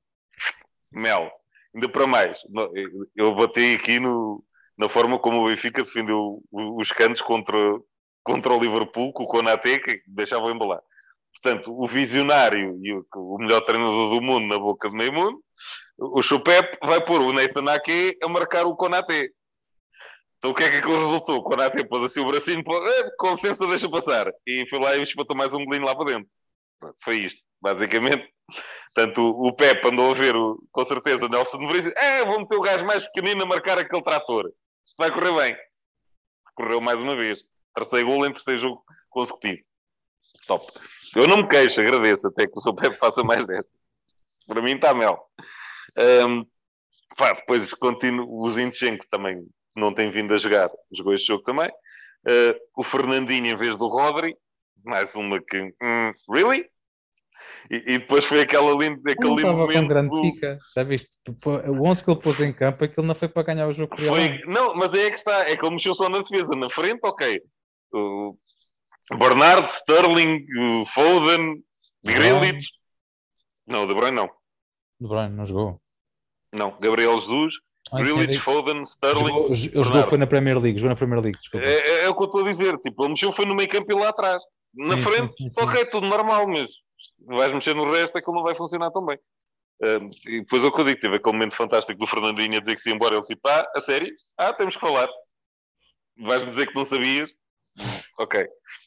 mel. Ainda para mais, eu bati aqui no, na forma como o Benfica defendeu os cantos contra, contra o Liverpool, com o Konaté, que deixava embalar. Portanto, o visionário e o, o melhor treinador do mundo na boca de meio mundo, o Chupep vai pôr o Nathan Ake a marcar o Konaté. Então o que é que aquilo resultou? O Konaté pôs assim o bracinho, eh, com licença, deixa passar. E foi lá e espetou mais um golinho lá para dentro. Foi isto, basicamente. Portanto, o Pep andou a ver, o, com certeza, o Nelson Brice. É, vou meter o gajo mais pequenino a marcar aquele trator. Isto vai correr bem. Correu mais uma vez. Terceiro gol em terceiro jogo consecutivo. Top. Eu não me queixo, agradeço até que o seu Pep faça mais desta. Para mim está mel. Um, pá, depois continuo, o Zinchenko também não tem vindo a jogar. Jogou este jogo também. Uh, o Fernandinho em vez do Rodri. Mais uma que... Hum, really? E, e depois foi aquela lindo, aquele lindo momento. Com grande do... pica, já viste? O onze que ele pôs em campo, aquilo não foi para ganhar o jogo. Foi... Não, mas é que está, é que ele mexeu só na defesa. Na frente, ok. O Bernardo, Sterling, o Foden, Grealish. Não, o De Bruyne não. De Bruyne não jogou. Não, Gabriel Jesus, ah, Grealish, Foden, Sterling. Jogou, ele jogou foi na Premier League, jogou na Premier League, desculpa. É, é, é o que eu estou a dizer. Tipo, ele mexeu foi no meio campo e lá atrás. Na sim, frente, sim, sim, sim. Ok, tudo normal, mas vais mexer no resto, é que ele não vai funcionar tão bem. Uh, e depois é o que eu digo, teve aquele momento fantástico do Fernandinho a dizer que se ia embora. Ele tipo, ah, a sério? Ah, temos que falar. Vais-me dizer que não sabias? Ok.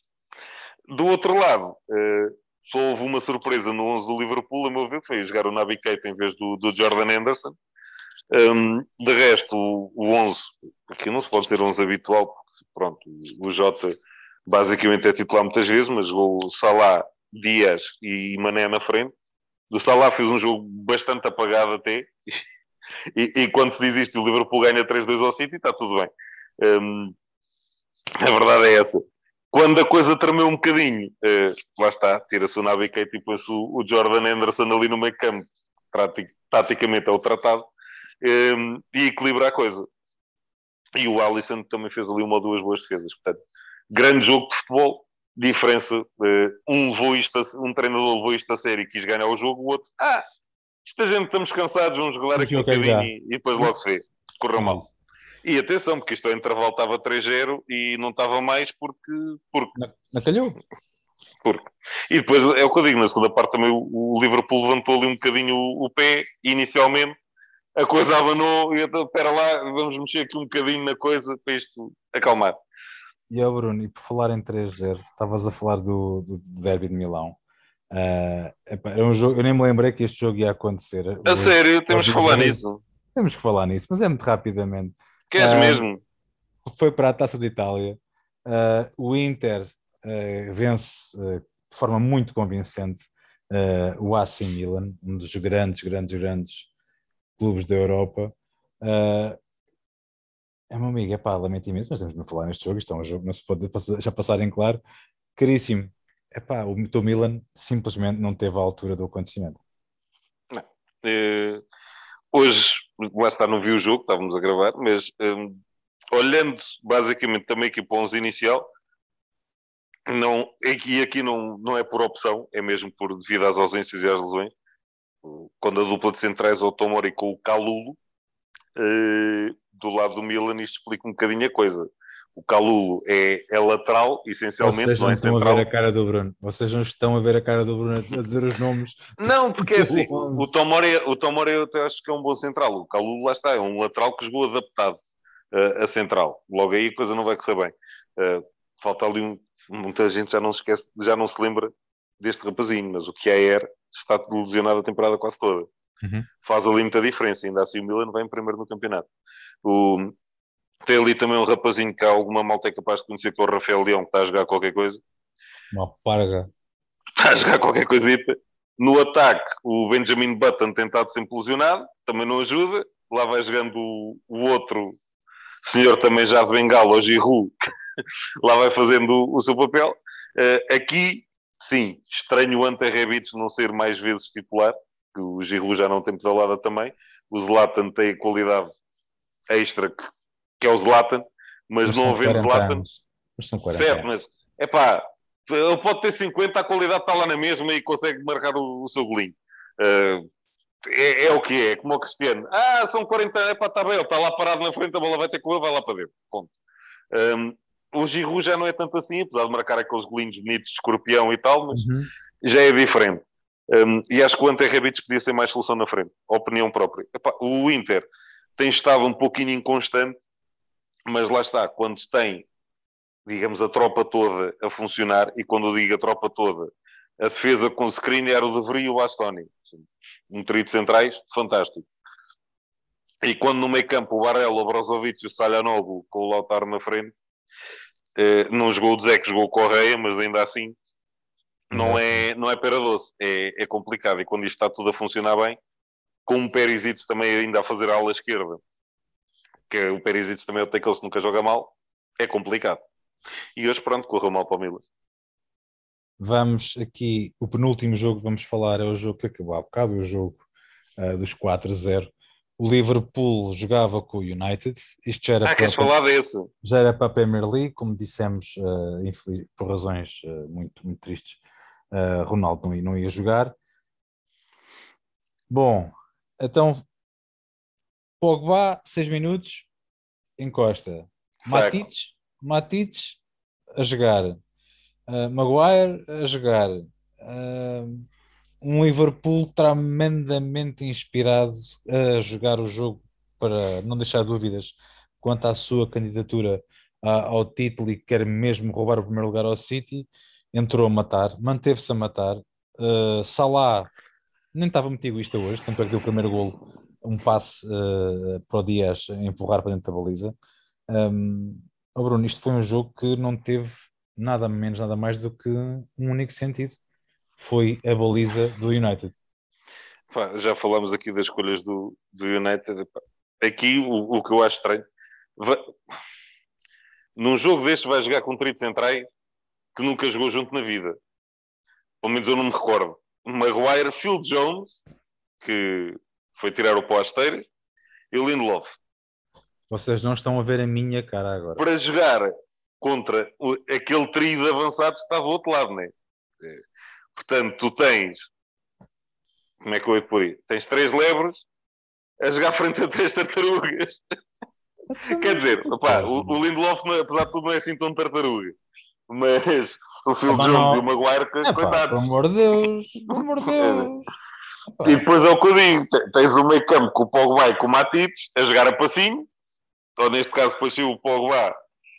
Do outro lado, uh, só houve uma surpresa no onze do Liverpool, a meu ver, foi jogar o Naby Keita em vez do, do Jordan Henderson. Um, de resto, o, o onze, aqui não se pode ser onze habitual, porque pronto, o Jota basicamente é titular muitas vezes, mas jogou Salah, Dias e Mané na frente. O Salah fez um jogo bastante apagado até, e, e quando se diz isto, o Liverpool ganha três dois ao City, está tudo bem. Um, a verdade é essa. Quando a coisa tremeu um bocadinho, uh, lá está, tira-se o Naby Keita e põe-se o, o Jordan Henderson ali no meio campo, taticamente é o tratado, um, e equilibra a coisa. E o Alisson também fez ali uma ou duas boas defesas. Portanto, grande jogo de futebol, diferença, uh, um, voista, um treinador levou isto a sério e quis ganhar o jogo, o outro, ah, esta gente estamos cansados, vamos relar aqui um bocadinho e, e depois logo se vê. Correu mal. E atenção, porque isto ao intervalo estava três zero e não estava mais porque... porque não, não calhou. Porque. E depois, é o que eu digo, na segunda parte também o, o Liverpool levantou ali um bocadinho o, o pé, inicialmente, a coisa abanou, e então, espera lá, vamos mexer aqui um bocadinho na coisa para isto acalmar. E ó Bruno, e por falar em três zero, estavas a falar do, do Derby de Milão. Uh, é um jogo, eu nem me lembrei que este jogo ia acontecer. A sério, temos que falar nisso. Temos que falar nisso, mas é muito rapidamente. Queres uh, mesmo? Foi para a Taça de Itália. Uh, o Inter uh, vence uh, de forma muito convincente uh, o A C Milan, um dos grandes, grandes, grandes clubes da Europa. Uh, É meu amigo, é pá, lamento imenso, mas temos de falar neste jogo. Isto é um jogo, não se pode passar- deixar passar em claro. Caríssimo. É pá, o teu Milan simplesmente não teve a altura do acontecimento. Não. Eh, hoje, lá está, não vi o jogo, estávamos a gravar, mas hum, olhando basicamente também aqui para o onze inicial, não, aqui, aqui não, não é por opção, é mesmo por devido às ausências e às lesões. Quando a dupla de centrais é o Tomori com o Kalulu, eh, do lado do Milan, isto explica um bocadinho a coisa. O Kalulu é, é lateral, essencialmente, Vocês não não é estão a ver a central. cara do Bruno. Vocês não estão a ver a cara do Bruno a dizer os nomes Não, porque é assim, do o, o onze. Tomori, o Tomori eu até acho que é um bom central. O Kalulu lá está, é um lateral que jogou adaptado uh, a central. Logo aí a coisa não vai correr bem. Uh, falta ali um, muita gente já não se esquece, já não se lembra deste rapazinho, mas o Kjaer está lesionado a temporada quase toda. Uhum. Faz ali muita diferença, ainda assim o Milan vai em primeiro no campeonato. O, tem ali também um rapazinho que há alguma malta é capaz de conhecer, que é o Rafael Leão, que está a jogar qualquer coisa. Uma parga. Está a jogar qualquer coisita. No ataque, o Benjamin Button tentado sempre lesionado, também não ajuda. Lá vai jogando o, o outro senhor também já de Bengala, o Giroud, lá vai fazendo o, o seu papel. Uh, aqui, sim, estranho o Ante Rebic não ser mais vezes titular, que o Giroud já não tem pedalada também. O Zlatan tem a qualidade extra que, que é o Zlatan, mas, Mas não são havendo quarenta Zlatan, anos. Mas são quarenta certo, anos. mas é pá, ele pode ter cinquenta, a qualidade está lá na mesma e consegue marcar o, o seu golinho. Uh, é, é o que é, é como o Cristiano. Ah, são quarenta anos, é pá, está bem, ele está lá parado na frente, a bola vai ter que correr, vai lá para dentro. Ponto. Um, o Giroud já não é tanto assim, apesar de marcar aqueles golinhos bonitos de escorpião e tal, mas Uhum. já é diferente. Um, e acho que o Ante Rebic podia ser mais solução na frente. Opinião própria. Epá, o Inter tem estado um pouquinho inconstante, mas lá está, quando tem, digamos, a tropa toda a funcionar, e quando eu digo a tropa toda, a defesa com Skriniar, o De Vrij e o Bastoni. Um trio de centrais, fantástico. E quando no meio campo o Barella, o Brozovic e o Salhanoglu com o Lautaro na frente, eh, não jogou o Dzek, jogou o Correia, mas ainda assim não é, não é pera doce, é, é complicado. E quando isto está tudo a funcionar bem, com o Perisic também ainda a fazer a ala esquerda, que é, o Perisic também é o tackle, se nunca joga mal, é complicado. E hoje, pronto, correu mal para o Milan. Vamos aqui, o penúltimo jogo que vamos falar é o jogo que acabou há bocado, o jogo uh, dos quatro a zero. O Liverpool jogava com o United. Isto já era, Ah, para, queres falar desse? já era para a Premier League, como dissemos, uh, infeliz, por razões uh, muito, muito tristes. Uh, Ronaldo não ia, não ia jogar. Bom, então Pogba, seis minutos, encosta. Facto. Matites, Matites a jogar. Uh, Maguire a jogar. Uh, um Liverpool tremendamente inspirado a jogar o jogo para não deixar dúvidas quanto à sua candidatura a, ao título e quer mesmo roubar o primeiro lugar ao City. Entrou a matar, manteve-se a matar. Uh, Salah nem estava muito egoísta hoje, tanto é que deu o primeiro golo, um passe uh, para o Dias a empurrar para dentro da baliza. Um, oh Bruno, isto foi um jogo que não teve nada menos, nada mais do que um único sentido. Foi a baliza do United. Pá, já falamos aqui das escolhas do, do United. Pá. Aqui o, o que eu acho estranho, vai, num jogo deste vai jogar com um trio de centrais que nunca jogou junto na vida. Pelo menos eu não me recordo. Maguire, Phil Jones, que foi tirar o pó às esteiras, e Lindelof. Vocês não estão a ver a minha cara agora. Para jogar contra o, aquele trio de avançados que está do outro lado, não é? Portanto, tu tens, como é que eu ia por aí? Tens três lebres a jogar frente a três tartarugas. Quer dizer, opá, o, o Lindelof, apesar de tudo, não é assim tão tartaruga. Mas o Phil Ah, Jones não. e o Maguire, É pá, coitados. pelo amor de Deus, pelo amor de Deus. E depois é o que eu digo, tens o meio campo com o Pogba e com o Matites a jogar a passinho, ou neste caso depois saiu o Pogba.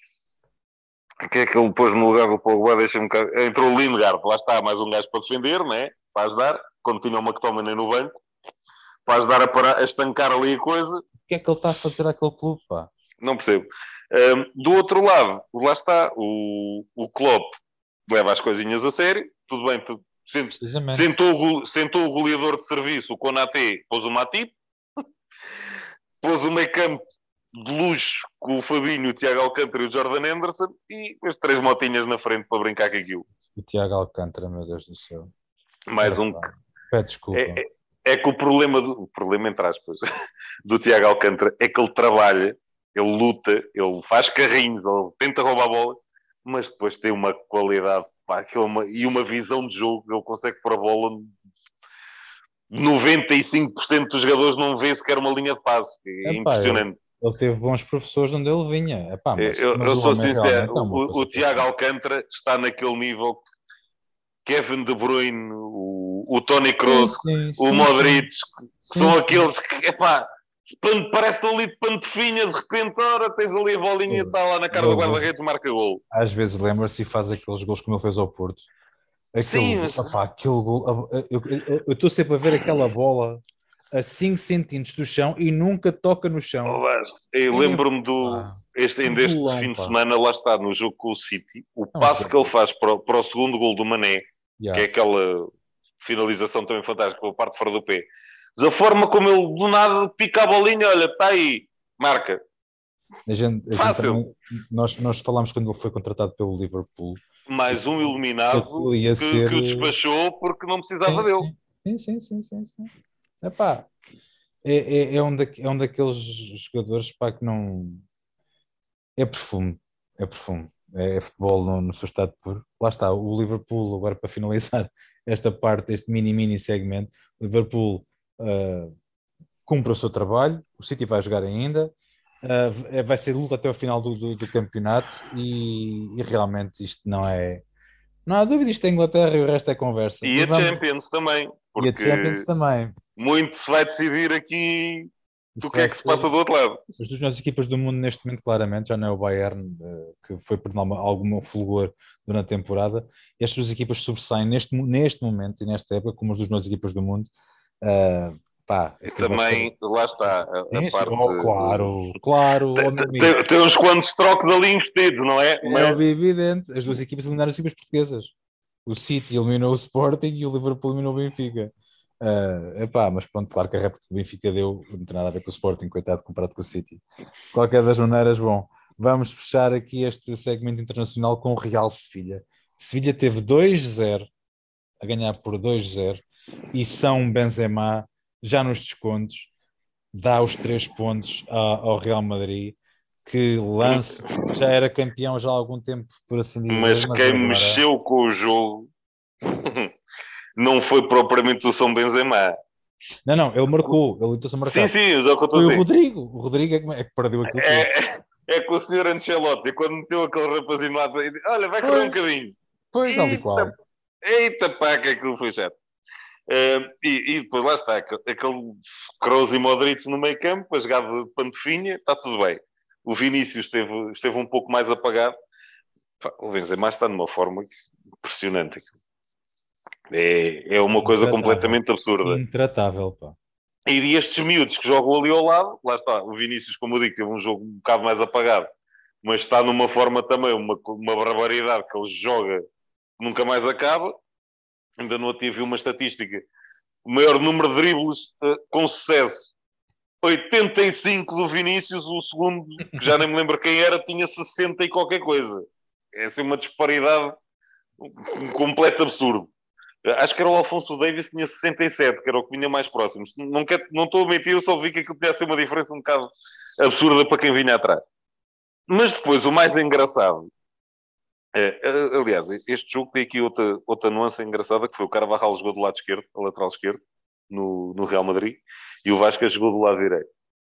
O que é que ele pôs no lugar do Pogba? Deixa-me cá. Entrou o Lingard, lá está, mais um gajo para defender, né? Para ajudar, quando tinha uma McTominay no banco, para ajudar a, parar, a estancar ali a coisa. O que é que ele está a fazer àquele clube, pá? Não percebo. Um, do outro lado, lá está, o, o Klopp leva as coisinhas a sério, tudo bem, tu, sentou, sentou o goleador de serviço, o Konaté, pôs o Matip, pôs o meio campo de luxo com o Fabinho, o Tiago Alcântara e o Jordan Henderson e as três motinhas na frente para brincar com aquilo. O Tiago Alcântara, meu Deus do céu. Mais é, um. Pá, pede desculpa. É, é, é que o problema, do, o problema entre aspas, do Tiago Alcântara é que ele trabalha, ele luta, ele faz carrinhos, ele tenta roubar a bola, mas depois tem uma qualidade pá, uma, e uma visão de jogo, ele consegue pôr a bola. noventa e cinco por cento dos jogadores não vê sequer uma linha de passe. É Epá, impressionante. Ele, ele teve bons professores onde ele vinha. Epá, mas, eu mas eu o sou homem sincero, realmente é uma o, coisa o Tiago que- Alcântara está naquele nível que Kevin De Bruyne, o, o Toni Kroos, Sim, sim, o sim, Modric, sim. que são Sim, aqueles que, epá, pan- parece ali de pantofinha, de repente, ora, tens ali a bolinha e sim. está lá na cara Ele do às vezes, guarda-redes, marca gol. às vezes lembra-se e faz aqueles gols como ele fez ao Porto. Aquele, Sim, gol- mas- epá, aquele gol, eu estou sempre a ver aquela bola a cinco centímetros do chão e nunca toca no chão. Olá, eu É, lembro-me do. pá, Este, que em deste golão, fim de pá. semana, lá está, no jogo com o City, o É um passe que ele jogador. faz para, o- para o segundo gol do Mané, que é Yeah. aquela finalização também fantástica, com a parte de fora do pé. Mas a forma como ele do nada pica a bolinha, olha, está aí, marca. A gente, a gente Fácil. também, nós, nós falámos quando ele foi contratado pelo Liverpool Mais um que iluminado aquilo ia que, ser. que o despachou porque não precisava Sim, dele. sim, sim, sim, sim, sim. Epá, é, é, é, um da, é um daqueles jogadores pá, que não. É perfume, é perfume. É, é futebol no, no seu estado puro. Lá está, o Liverpool, agora para finalizar esta parte, este mini-mini segmento, o Liverpool ah, cumpre o seu trabalho, o City vai jogar ainda, ah, vai ser luta até o final do, do, do campeonato e, e realmente isto não é. Não há dúvida, isto é Inglaterra e o resto é conversa. E E a vamos. Champions também, E a Champions porque também. muito se vai decidir aqui do Isto que é vai que se ser passa do outro lado. as duas melhores equipas do mundo neste momento, claramente, já não é o Bayern, eh, que foi por alguma- algum fulgor durante a temporada. E estas duas equipas sobressaem neste, mo- neste momento e nesta época como as duas melhores equipas do mundo. Eh, pá, E aquilo vai ser. também, lá está, a, a Sim, sim. parte. Oh, claro, claro, oh, meu Tem, amigo. tem, tem uns quantos trocos ali investidos, não é? É Mas óbvio e evidente. As duas equipas eliminaram as equipas portuguesas. O City eliminou o Sporting e o Liverpool eliminou o Benfica. Uh, epá, mas pronto, claro que a réplica que o Benfica deu não tem nada a ver com o Sporting, coitado, comparado com o City. De qualquer das maneiras, bom, vamos fechar aqui este segmento internacional com o Real Sevilha. Sevilha teve dois zero, a ganhar por dois zero, e São Benzema, já nos descontos, dá os três pontos ao, ao Real Madrid, que lance, já era campeão já há algum tempo, por assim mas dizer, mas quem agora... mexeu com o jogo não foi propriamente o São Benzema. Não, não, ele marcou, ele tentou-se a marcar. Sim, sim, é o que eu estou Foi a o dizer. Rodrigo, o Rodrigo é que, é que perdeu aquilo tudo. É, é que o senhor Ancelotti, quando meteu aquele rapazinho lá, disse, olha, vai correr um bocadinho. Pois, tal e qual. Eita pá, que aquilo foi chato. Uh, e, e depois lá está, aquele Kroos e Modric no meio campo, a jogada de pantofinha, está tudo bem. O Vinícius esteve, esteve um pouco mais apagado. Pá, o Benzema está numa forma impressionante. É, é uma coisa Intratável. completamente absurda. Intratável, pá. E estes miúdos que jogam ali ao lado, lá está, o Vinícius, como eu digo, teve um jogo um bocado mais apagado, mas está numa forma também, uma, uma barbaridade que ele joga, nunca mais acaba. Ainda não tive uma estatística. O maior número de dribles uh, com sucesso. oitenta e cinco do Vinícius, o segundo, que já nem me lembro quem era, tinha sessenta e qualquer coisa. É assim uma disparidade, um completo absurdo. Acho que era o Alfonso Davis, tinha sessenta e sete, que era o que vinha mais próximo. Não, quer, não estou a mentir, eu só vi que aquilo tinha a ser uma diferença um bocado absurda para quem vinha atrás. Mas depois, o mais engraçado, é, aliás, este jogo tem aqui outra, outra nuance engraçada, que foi o Carvajal jogou do lado esquerdo, a lateral esquerdo, no, no Real Madrid, e o Vasco jogou do lado direito.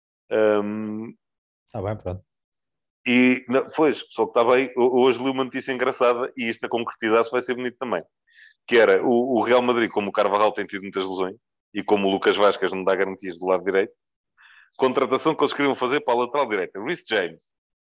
Um, ah, bem, pronto. E, não, pois, só que está bem, hoje li uma notícia engraçada, e isto a concretizar-se vai ser bonito também, que era o, o Real Madrid, como o Carvajal tem tido muitas lesões, e como o Lucas Vasquez não dá garantias do lado direito, contratação que eles queriam fazer para a lateral direita, Reece James.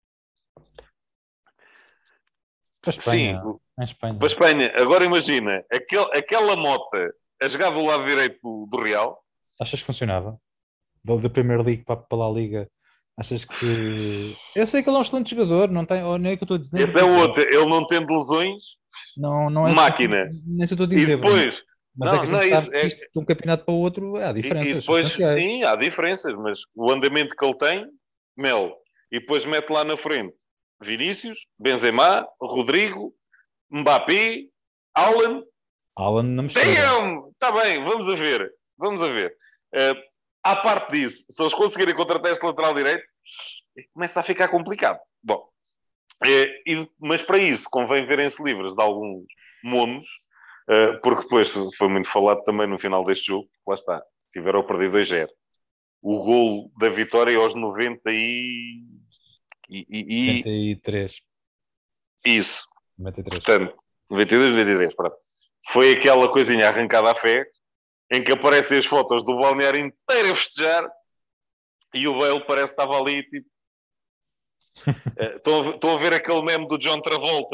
Para a Espanha. Sim, em Espanha. Para a Espanha. Agora imagina, aquel, aquela mota a jogar do lado direito do, do Real. Achas que funcionava? Da, da Premier League para, para a Liga. Achas que... Eu sei que ele é um excelente jogador, não tem... nem é que eu estou a dizer. Esse é o outro, ele não tendo lesões, não, não é máquina. Nem se eu estou a dizer. E depois... Mas não, é que a gente não, sabe isso, que é... isto, de um campeonato para o outro há diferenças e, e depois, substanciais. sim, há diferenças, mas o andamento que ele tem, Mel. E depois mete lá na frente Vinícius, Benzema, Rodrigo, Mbappé, Haaland. Haaland não me cheira. Está bem, vamos a ver. Vamos a ver. Uh, à parte disso, se eles conseguirem contratar este lateral direito, começa a ficar complicado. Bom, é, e, mas para isso convém verem-se livres de alguns monos, uh, porque depois foi muito falado também no final deste jogo, lá está, tiveram a perder dois a zero. O golo da vitória aos noventa e... e, e noventa e três. Isso. noventa e três. Portanto, noventa e dois, noventa e três, pronto. Foi aquela coisinha arrancada à fé, em que aparecem as fotos do balneário inteiro a festejar, e o Bale parece que estava ali, tipo... Estão uh, a, a ver aquele meme do John Travolta?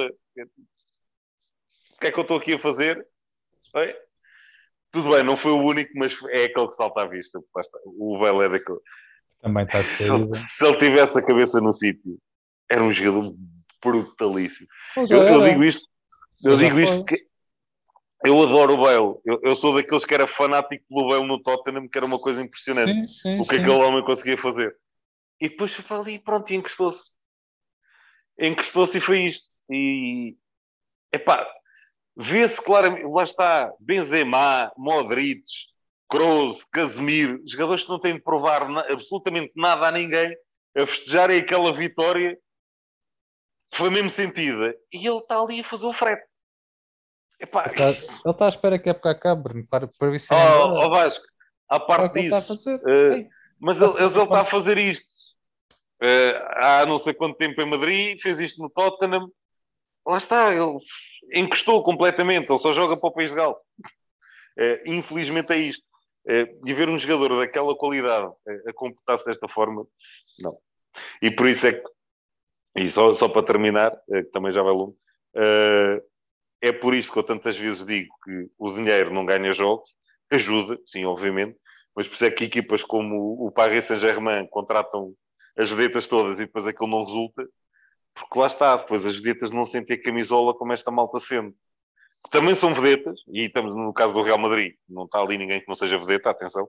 O que é que eu estou aqui a fazer? Oi? Tudo bem, não foi o único, mas é aquele que salta à vista. O Bale é daquele... Também está de saída. Se, se ele tivesse a cabeça no sítio, era um jogador brutalíssimo. Eu, eu digo isto, eu digo isto que eu adoro o Bale. Eu, eu sou daqueles que era fanático pelo Bale no Tottenham, que era uma coisa impressionante. Sim, sim, o que sim. aquele homem conseguia fazer. E depois foi ali e pronto, e encostou-se. Encostou-se e foi isto. E, epá, vê-se claramente, lá está, Benzema, Modric, Kroos, Casemiro, jogadores que não têm de provar na, absolutamente nada a ninguém, a festejarem aquela vitória que foi mesmo sentida. E ele está ali a fazer o frete. Epá, ele está tá à espera que a época acabe, para, para ver se oh, oh Vasco, à parte é disso, a fazer. Uh, Ei, mas ele, ele está a fazer isto uh, há não sei quanto tempo em Madrid, fez isto no Tottenham, lá está, ele encostou completamente, ele só joga para o País de Gales. Uh, infelizmente é isto. Uh, e ver um jogador daquela qualidade uh, a comportar-se desta forma, não. E por isso é que, e só, só para terminar, uh, que também já vai longo, uh, é por isso que eu tantas vezes digo que o dinheiro não ganha jogos, ajuda, sim, obviamente, mas por isso é que equipas como o Paris Saint-Germain contratam as vedetas todas e depois aquilo não resulta, porque lá está, depois as vedetas não sentem a camisola como esta malta sente. Também são vedetas, e estamos no caso do Real Madrid, não está ali ninguém que não seja vedeta, atenção,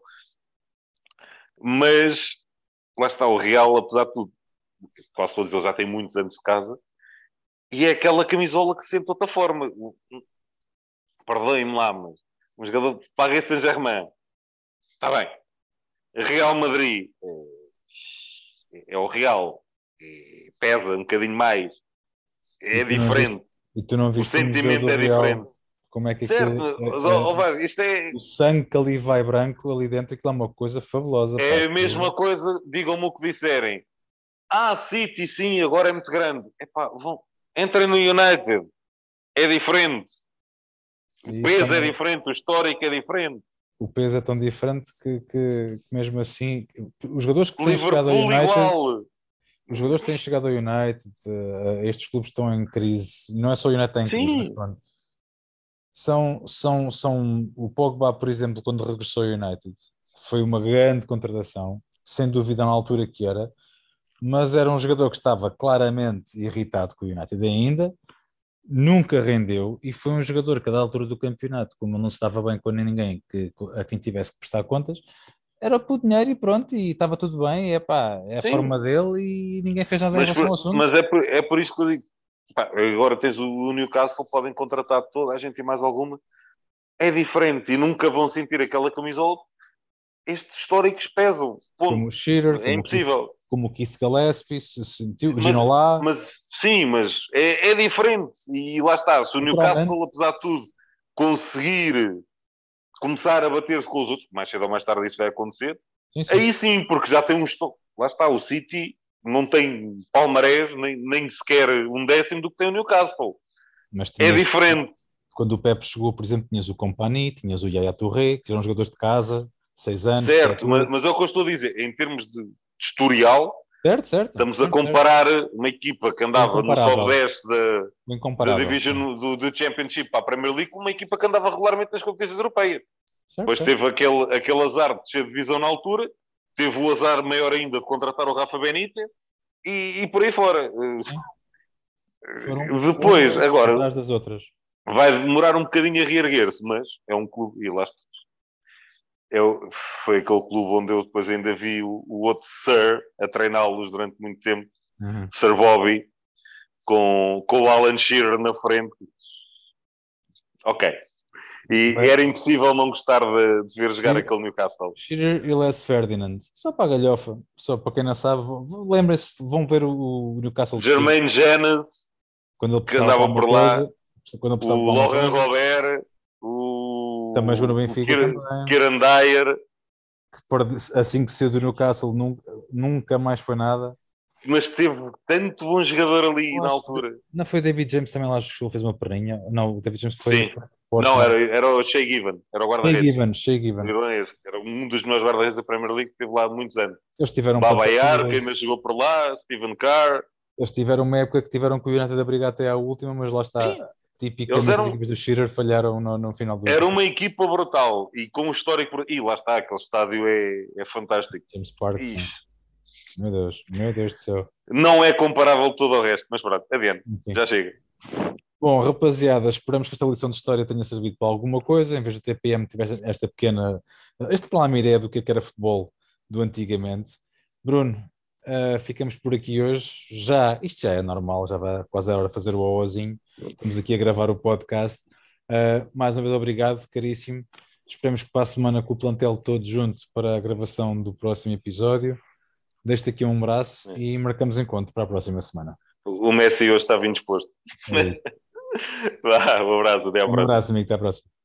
mas lá está, o Real, apesar de tudo, quase todos eles já têm muitos anos de casa, e é aquela camisola que se sente de outra forma. Perdoem-me lá, mas um jogador de Paris Saint-Germain, está bem, Real Madrid é, é o Real, é, pesa um bocadinho mais, é e diferente. E tu não viste o sentimento é Real, diferente. Como é que certo, aquilo, mas, é, oh, oh, isto é... o sangue que ali vai branco, ali dentro, aquilo é uma coisa fabulosa. É pá. a mesma coisa, digam-me o que disserem. Ah, City, sim, agora é muito grande. Epá, vão, entrem no United. É diferente. O E peso é é diferente, o histórico é diferente. O peso é tão diferente que, que, que mesmo assim, os jogadores que têm chegado ao Liverpool United, igual. os jogadores que têm chegado ao United, uh, estes clubes estão em crise, não é só o United que está em crise, Sim. mas pronto. São, são, são, o Pogba, por exemplo, quando regressou ao United, foi uma grande contratação, sem dúvida na altura que era, mas era um jogador que estava claramente irritado com o United ainda, nunca rendeu e foi um jogador que a da altura do campeonato, como não se estava bem com ninguém, que, a quem tivesse que prestar contas, era por dinheiro e pronto, e estava tudo bem, é, pá, é a Sim. forma dele e ninguém fez nada mas em relação por, ao assunto. Mas é por, é por isso que eu digo, pá, agora tens o Newcastle, podem contratar toda a gente e mais alguma, é diferente e nunca vão sentir aquela camisola. Estes históricos pesam. Ponto. Como o Shearer, é como impossível. O Keith, como o Keith Gillespie, se sentiu, mas, Ginola. Mas, sim, mas é, é diferente. E lá está. Se o Newcastle, apesar de tudo, conseguir começar a bater-se com os outros, mais cedo ou mais tarde isso vai acontecer, sim, sim. aí sim, porque já tem um estoque. Lá está, o City não tem palmarés, nem, nem sequer um décimo do que tem o Newcastle. Mas é diferente. Quando o Pep chegou, por exemplo, tinhas o Company, tinhas o Yaya Touré, que eram jogadores de casa, seis anos. Certo, mas, mas é o que eu estou a dizer. Em termos de, de historial, certo, certo, estamos certo, a comparar certo. uma equipa que andava no Sudeste da, da Division do, do Championship para a Premier League com uma equipa que andava regularmente nas competições europeias. Certo, Depois certo. teve aquele, aquele azar de descer de divisão na altura, teve o azar maior ainda de contratar o Rafa Benítez e, e por aí fora. Foram Depois, agora, atrás das outras. vai demorar um bocadinho a reerguer-se, mas é um clube, e lá está. eu, foi aquele clube onde eu depois ainda vi o, o outro Sir a treiná-los durante muito tempo, Uhum. Sir Bobby, com, com o Alan Shearer na frente. Ok. E Mas- era impossível não gostar de, de ver jogar Shearer- aquele Newcastle. Shearer e Les Ferdinand, só para a galhofa, só para quem não sabe, lembrem-se, vão ver o, o Newcastle de Shearer, Jermaine Jenas, quando ele que precisava para andava alguma por lá, coisa, quando ele precisava o para alguma Laurent coisa, Robert, também jogou no o, o Benfica Kier- também, Kieran Dyer, que perde- assim que saiu do Newcastle nunca, nunca mais foi nada. mas teve tanto bom jogador ali Eu na acho altura. que- não foi o David James também lá que fez uma perninha? Não, o David James foi, Sim. foi forte, Não, não. era, era o Shea Given, era o Shea guarda-redes. Given, Shea Given. Irlandês. Era um dos melhores guarda-redes da Premier League que teve lá há muitos anos. Eles tiveram Baba plantel Yar, que fabuloso. ainda jogou por lá, Steven Carr. Eles tiveram uma época que tiveram com o United a brigar até à última, mas lá está, Sim. Eles tipicamente eram- as equipas do Shearer falharam no, no final do Era uma equipa brutal e com um histórico. por- E lá está, aquele estádio é, é fantástico. James Park, sim. Ixi, Meu Deus, meu Deus do céu. não é comparável todo ao resto, mas pronto, adiante, Enfim. já chega. Bom, rapaziada, esperamos que esta lição de história tenha servido para alguma coisa, em vez do T P M tivesse esta pequena, esta pequena ideia do que é que era futebol do antigamente. Bruno, uh, ficamos por aqui hoje. Já, isto já é normal, já vai quase a hora de fazer o ozinho. Estamos aqui a gravar o podcast. Uh, mais uma vez, obrigado, caríssimo. Esperemos que para a semana com o plantel todo junto para a gravação do próximo episódio. Deixo-te aqui um abraço É. e marcamos encontro para a próxima semana. O Messi hoje está bem disposto. É isso. Vá, um abraço, até à Um próxima. abraço, amigo. Até à próxima.